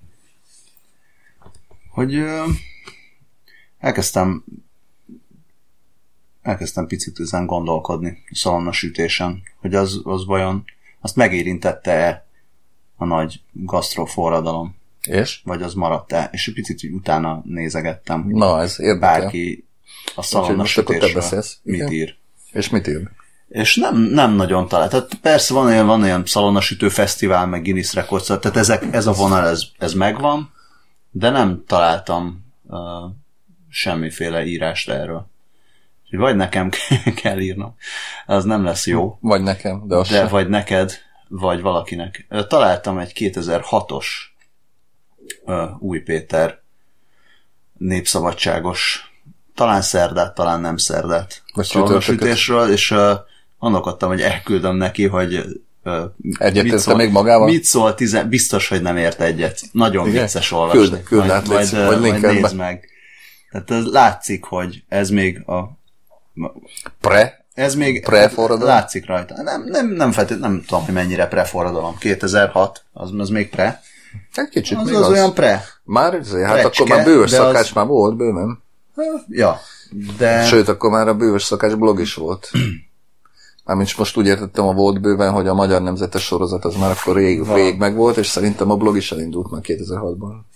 Speaker 2: Hogy ö, elkezdtem elkezdtem picit ezen gondolkodni a szalonnasütésen, hogy az, az vajon azt megérintette-e a nagy gasztroforradalom.
Speaker 1: És?
Speaker 2: Vagy az maradt-e? És egy picit utána nézegettem, hogy
Speaker 1: Na, ez érdekel.
Speaker 2: bárki a szalonnasütésről mit ír.
Speaker 1: És mit ír?
Speaker 2: És nem, nem nagyon talált. Tehát persze van olyan, van olyan szalonnasütő fesztivál, meg Guinness Records, tehát ezek, ez a vonal, ez, ez megvan, de nem találtam uh, semmiféle írást erről. Vagy nekem kell írnom, az nem lesz jó.
Speaker 1: Vagy nekem, de az
Speaker 2: de
Speaker 1: sem.
Speaker 2: Vagy neked, vagy valakinek. Találtam egy kétezer-hatos uh, Új Péter népszabadságos, talán szerdát, talán nem szerdát szalonnasütésről, és uh, gondolkodtam, hogy elküldöm neki, hogy uh,
Speaker 1: mit, szól, még magával?
Speaker 2: mit szól, tizen, biztos, hogy nem ért egyet. Nagyon igen? Vicces olvasni.
Speaker 1: Küld, küld
Speaker 2: majd, majd, majd, majd nézd meg. Tehát ez látszik, hogy ez még a
Speaker 1: Pre?
Speaker 2: Ez még
Speaker 1: Pre-forradalom?
Speaker 2: Látszik rajta. Nem, nem, nem, feltét, nem tudom, hogy mennyire pre-forradalom. kétezer-hat, az, az még pre.
Speaker 1: Egy kicsit
Speaker 2: az,
Speaker 1: még
Speaker 2: az, az olyan pre.
Speaker 1: Már, hát Precske, akkor már bővös szakács az... már volt, bőven.
Speaker 2: Ja, de...
Speaker 1: Sőt, akkor már a bővös szakács blog is volt. Mármint most úgy értettem, a volt bőven, hogy a Magyar Nemzetes sorozat az már akkor rég, rég meg volt, és szerintem a blog is elindult már kétezer-hatban.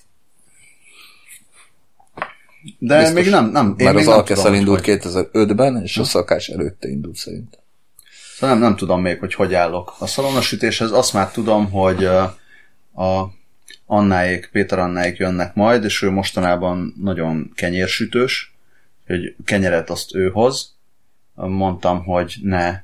Speaker 2: De biztos, még nem, nem.
Speaker 1: Én mert még az Alkesz elindult kétezer-ötben, és a szakács előtte indult szerint.
Speaker 2: Szóval nem, nem tudom még, hogy hogy állok. A szalonnasütéshez azt már tudom, hogy a Annáék, Péter Annáék jönnek majd, és ő mostanában nagyon kenyérsütős, hogy kenyeret azt ő hoz. Mondtam, hogy ne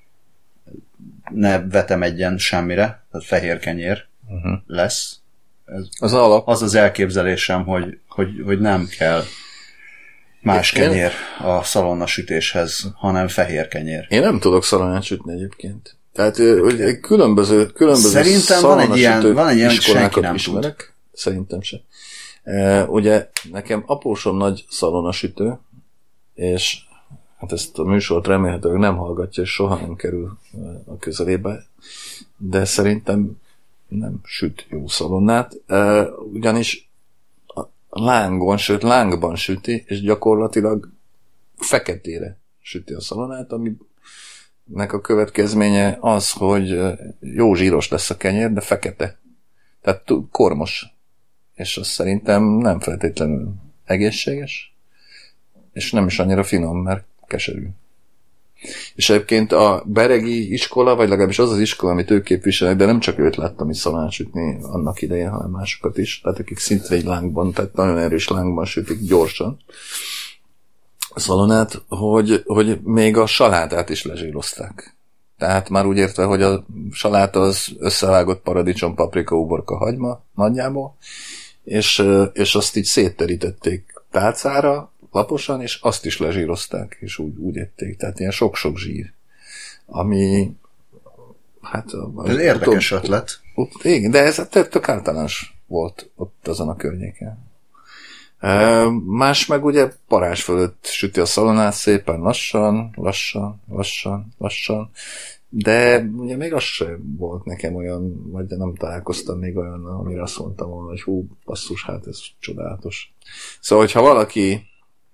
Speaker 2: ne vetemedjen semmire, tehát fehér kenyér uh-huh. lesz. Ez
Speaker 1: az alap.
Speaker 2: Az az elképzelésem, hogy, hogy, hogy nem kell más én kenyér a szalonnasütéshez, hanem fehér kenyér.
Speaker 1: Én nem tudok szalonnát sütni egyébként. Tehát hogy különböző, különböző
Speaker 2: szerintem van egy ilyen, van egy ilyen senki nem
Speaker 1: ismerek. Tud. Szerintem se. E, ugye nekem apósom nagy szalonnasütő, és hát ezt a műsort remélhetőleg nem hallgatja, és soha nem kerül a közelébe, de szerintem nem süt jó szalonnát, uh, ugyanis a lángon, sőt lángban süti, és gyakorlatilag feketére süti a szalonnát, aminek a következménye az, hogy jó zsíros lesz a kenyér, de fekete. Tehát kormos. És az szerintem nem feltétlenül egészséges, és nem is annyira finom, mert keserű. És egyébként a beregi iskola, vagy legalábbis az az iskola, amit ők képviselnek, de nem csak őt láttam is szalonnát sütni annak idején, hanem másokat is, tehát akik szinte egy lángban, tehát nagyon erős lángban sütik gyorsan a szalonnát, hogy, hogy még a salátát is lezsírozták. Tehát már úgy értve, hogy a saláta az összevágott paradicsom, paprika, uborka, hagyma nagyjából, és, és azt így szétterítették tálcára, laposan, és azt is lezsírozták, és úgy, úgy ették. Tehát ilyen sok-sok zsír. Ami, hát...
Speaker 2: Ez érdekes ott, ötlet.
Speaker 1: Ott, igen, de ez tök általános volt ott azon a környéken. E, más meg ugye parázs fölött süti a szalonnát szépen lassan, lassan, lassan, lassan, de ugye még az sem volt nekem olyan, vagy nem találkoztam még olyan, amire azt mondtam volna, hogy hú, basszus, hát ez csodálatos. Szóval, hogyha valaki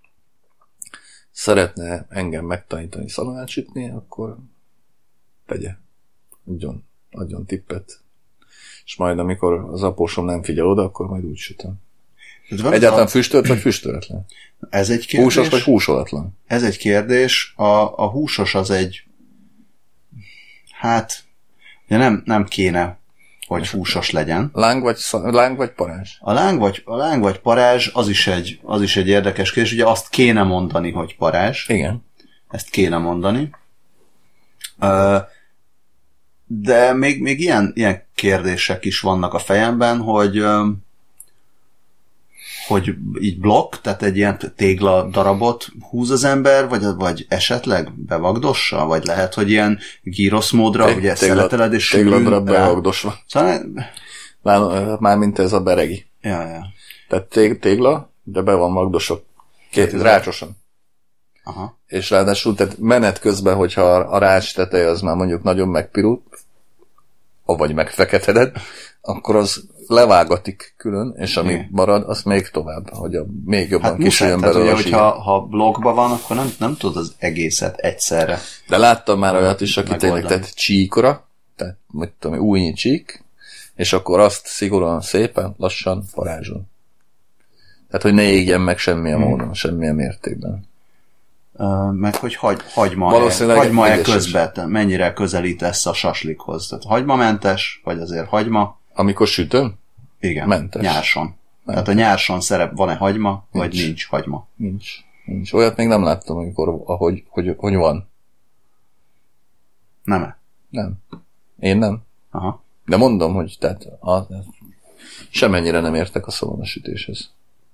Speaker 1: szeretne engem megtanítani szalonnát sütni, akkor tegye. Adjon, adjon tippet. És majd, amikor az apósom nem figyel oda, akkor majd úgy sütöm. Egyáltalán a... füstölt, vagy füstöletlen?
Speaker 2: Ez egy kérdés.
Speaker 1: Húsos, vagy húsolatlan?
Speaker 2: Ez egy kérdés. A, a húsos az egy hát nem, nem kéne, hogy húsos legyen.
Speaker 1: Láng vagy, láng vagy parázs?
Speaker 2: A láng vagy, a láng vagy parázs az is, egy, az is egy érdekes kérdés. Ugye azt kéne mondani, hogy parázs.
Speaker 1: Igen.
Speaker 2: Ezt kéne mondani. De még, még ilyen, ilyen kérdések is vannak a fejemben, hogy hogy így blokk, tehát egy ilyen tégla darabot húz az ember, vagy, vagy esetleg bevagdossa, vagy lehet, hogy ilyen gyrosz módra, Té- ugye tégla, szeleteled, és
Speaker 1: tégla darab bevagdosva.
Speaker 2: Szóval...
Speaker 1: Mármint ez a beregi.
Speaker 2: Ja, ja.
Speaker 1: Tehát tégla, de be van magdosva. Két rácsosan.
Speaker 2: Aha.
Speaker 1: és ráadásul tehát menet közben, hogyha a rács teteje az már mondjuk nagyon megpirult, vagy megfeketedett, akkor az levágatik külön, és ami hmm. marad, az még tovább, hogy a, még jobban hát kisüljön belőle a sír.
Speaker 2: Ha, ha blokkban van, akkor nem, nem tudod az egészet egyszerre.
Speaker 1: De láttam már olyat is, aki tényleg tett csíkra, tehát mit tudom, újnyi csík, és akkor azt szigorúan szépen, lassan parázson. Tehát, hogy ne égjen meg semmilyen hmm. módon, semmilyen mértékben.
Speaker 2: Uh, meg hogy hagy, hagyma-e hagyma e közben, mennyire közelítesz a saslikhoz. Tehát hagymamentes, vagy azért hagyma?
Speaker 1: Amikor sütöm?
Speaker 2: Igen,
Speaker 1: mentes.
Speaker 2: Nyárson. Mentes. Tehát a nyárson szerep van-e hagyma, nincs. Vagy nincs hagyma?
Speaker 1: Nincs. nincs. Olyat még nem láttam, amikor, ahogy, hogy, hogy van.
Speaker 2: Nem-e?
Speaker 1: Nem. Én nem.
Speaker 2: Aha.
Speaker 1: De mondom, hogy tehát a, semennyire nem értek a szalonnasütéshez.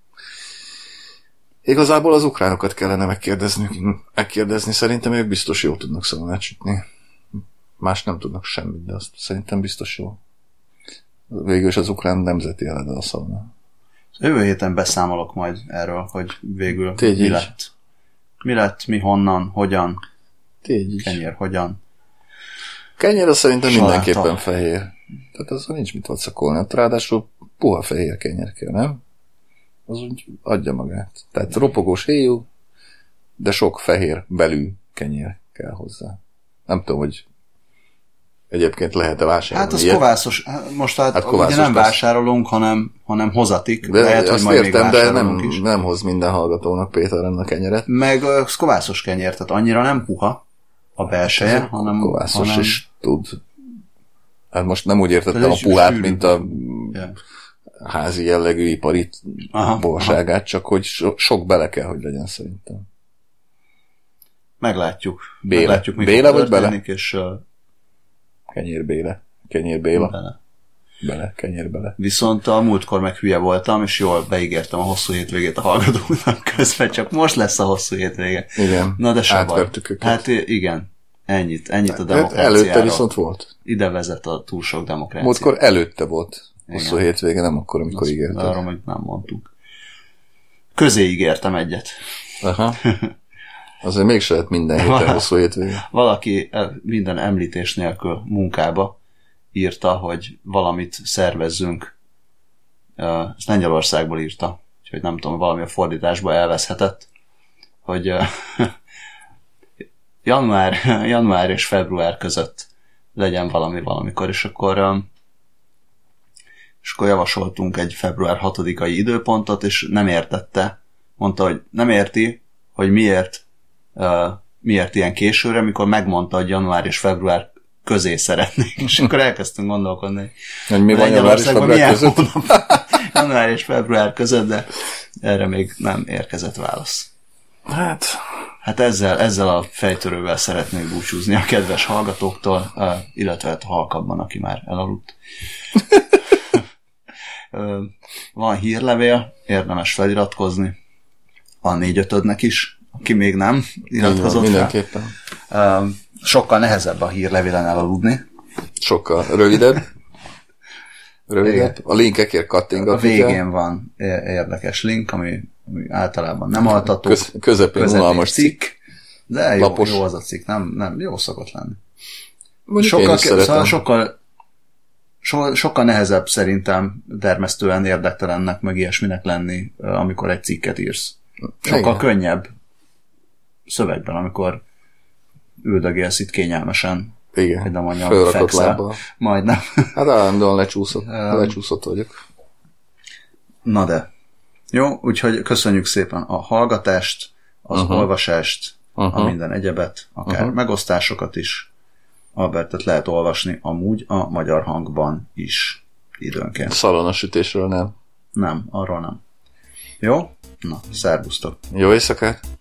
Speaker 1: Igazából az ukránokat kellene megkérdezni, megkérdezni. Szerintem ők biztos jól tudnak szalonnát sütni. Más nem tudnak semmit, de azt szerintem biztos jó. Végül is az ukrán nemzeti elede a szalonna.
Speaker 2: Jövő héten beszámolok majd erről, hogy végül
Speaker 1: Tégy
Speaker 2: mi
Speaker 1: így.
Speaker 2: lett. Mi lett, mi honnan, hogyan.
Speaker 1: Tégy
Speaker 2: Kenyér, hogyan.
Speaker 1: Kenyér az szerintem
Speaker 2: Saláta.
Speaker 1: Mindenképpen fehér. Tehát azon nincs mit vacakolni. Ott ráadásul puha fehér kenyér kell, nem? Az úgy adja magát. Tehát ropogós héjú, de sok fehér belű kenyér kell hozzá. Nem tudom, hogy egyébként lehet-e vásárolni.
Speaker 2: Hát az ilyet? Kovászos, most hát, hát kovászos ugye nem lesz. Vásárolunk, hanem, hanem hozatik.
Speaker 1: De
Speaker 2: lehet, hogy majd
Speaker 1: értem,
Speaker 2: még
Speaker 1: de nem,
Speaker 2: is.
Speaker 1: nem hoz minden hallgatónak Péter ennek a kenyeret.
Speaker 2: Meg az kovászos kenyér, tehát annyira nem puha a belseje,
Speaker 1: ez
Speaker 2: hanem...
Speaker 1: Kovászos
Speaker 2: hanem...
Speaker 1: is tud. Hát most nem úgy értettem a puhát, sűrű. Mint a yeah. házi jellegű ipari borságát, csak hogy so, sok bele kell, hogy legyen szerintem.
Speaker 2: Meglátjuk.
Speaker 1: Béle,
Speaker 2: Meglátjuk,
Speaker 1: Béle vagy bele?
Speaker 2: És, uh...
Speaker 1: Kenyér Béle. Kenyér Béla.
Speaker 2: Bele.
Speaker 1: Bele, kenyér bele.
Speaker 2: Viszont a múltkor meg hülye voltam, és jól beígértem a hosszú hétvégét a hallgatóknak közben, csak most lesz a hosszú hétvége.
Speaker 1: Igen,
Speaker 2: na de
Speaker 1: átvertük őket.
Speaker 2: Hát igen, ennyit, ennyit a
Speaker 1: hát
Speaker 2: demokráciáról.
Speaker 1: Előtte viszont volt.
Speaker 2: Ide vezet a túl sok demokrácia.
Speaker 1: Múltkor előtte volt hosszú igen. hétvége, nem akkor, amikor azt ígértem.
Speaker 2: Arról meg nem mondtuk. Közé ígértem egyet.
Speaker 1: Aha. Azért mégse lehet minden héten hosszú hétvége.
Speaker 2: Valaki minden említés nélkül munkába írta, hogy valamit szervezzünk. Ezt Lengyelországból írta, úgyhogy nem tudom, valami a fordításba elveszhetett, hogy január, január és február között legyen valami valamikor, és akkor, és akkor javasoltunk egy február hatodikai időpontot, és nem értette. Mondta, hogy nem érti, hogy miért, miért ilyen későre, mikor megmondta, hogy január és február közé szeretnék. És akkor elkezdtünk gondolkodni,
Speaker 1: hogy mi van január és február között?
Speaker 2: Január és február között, de erre még nem érkezett válasz.
Speaker 1: Hát,
Speaker 2: hát ezzel, ezzel a fejtörővel szeretnék búcsúzni a kedves hallgatóktól, illetve hát halkabban, aki már elaludt. Van hírlevél, érdemes feliratkozni. Van négy-ötödnek is, aki még nem iratkozott fel.
Speaker 1: Mindenképpen.
Speaker 2: Sokkal nehezebb a hírlevélen elaludni.
Speaker 1: Sokkal rövidebb. Rövidebb. A linkekért kattingatni.
Speaker 2: A végén van érdekes link, ami, ami általában nem altató.
Speaker 1: Köz, közepén unalmas cikk.
Speaker 2: De jó, jó az a cikk, nem, nem jó szokott lenni.
Speaker 1: Mondjuk
Speaker 2: sokkal, szóval sokkal, so, sokkal nehezebb szerintem termesztően érdektelennek, meg ilyesminek lenni, amikor egy cikket írsz. Sokkal igen. Könnyebb szövegben, amikor üldögélsz itt kényelmesen.
Speaker 1: Igen,
Speaker 2: hogy nem anyag fekszel. Majdnem.
Speaker 1: Hát állandóan lecsúszott, lecsúszott vagyok.
Speaker 2: Na de. Jó, úgyhogy köszönjük szépen a hallgatást, az uh-huh. olvasást, uh-huh. a minden egyebet, akár uh-huh. megosztásokat is. Albertet lehet olvasni amúgy a Magyar Hangban is időnként.
Speaker 1: Szalonnasütésről nem.
Speaker 2: Nem, arról nem. Jó? Na, szervusztok.
Speaker 1: Jó éjszakát!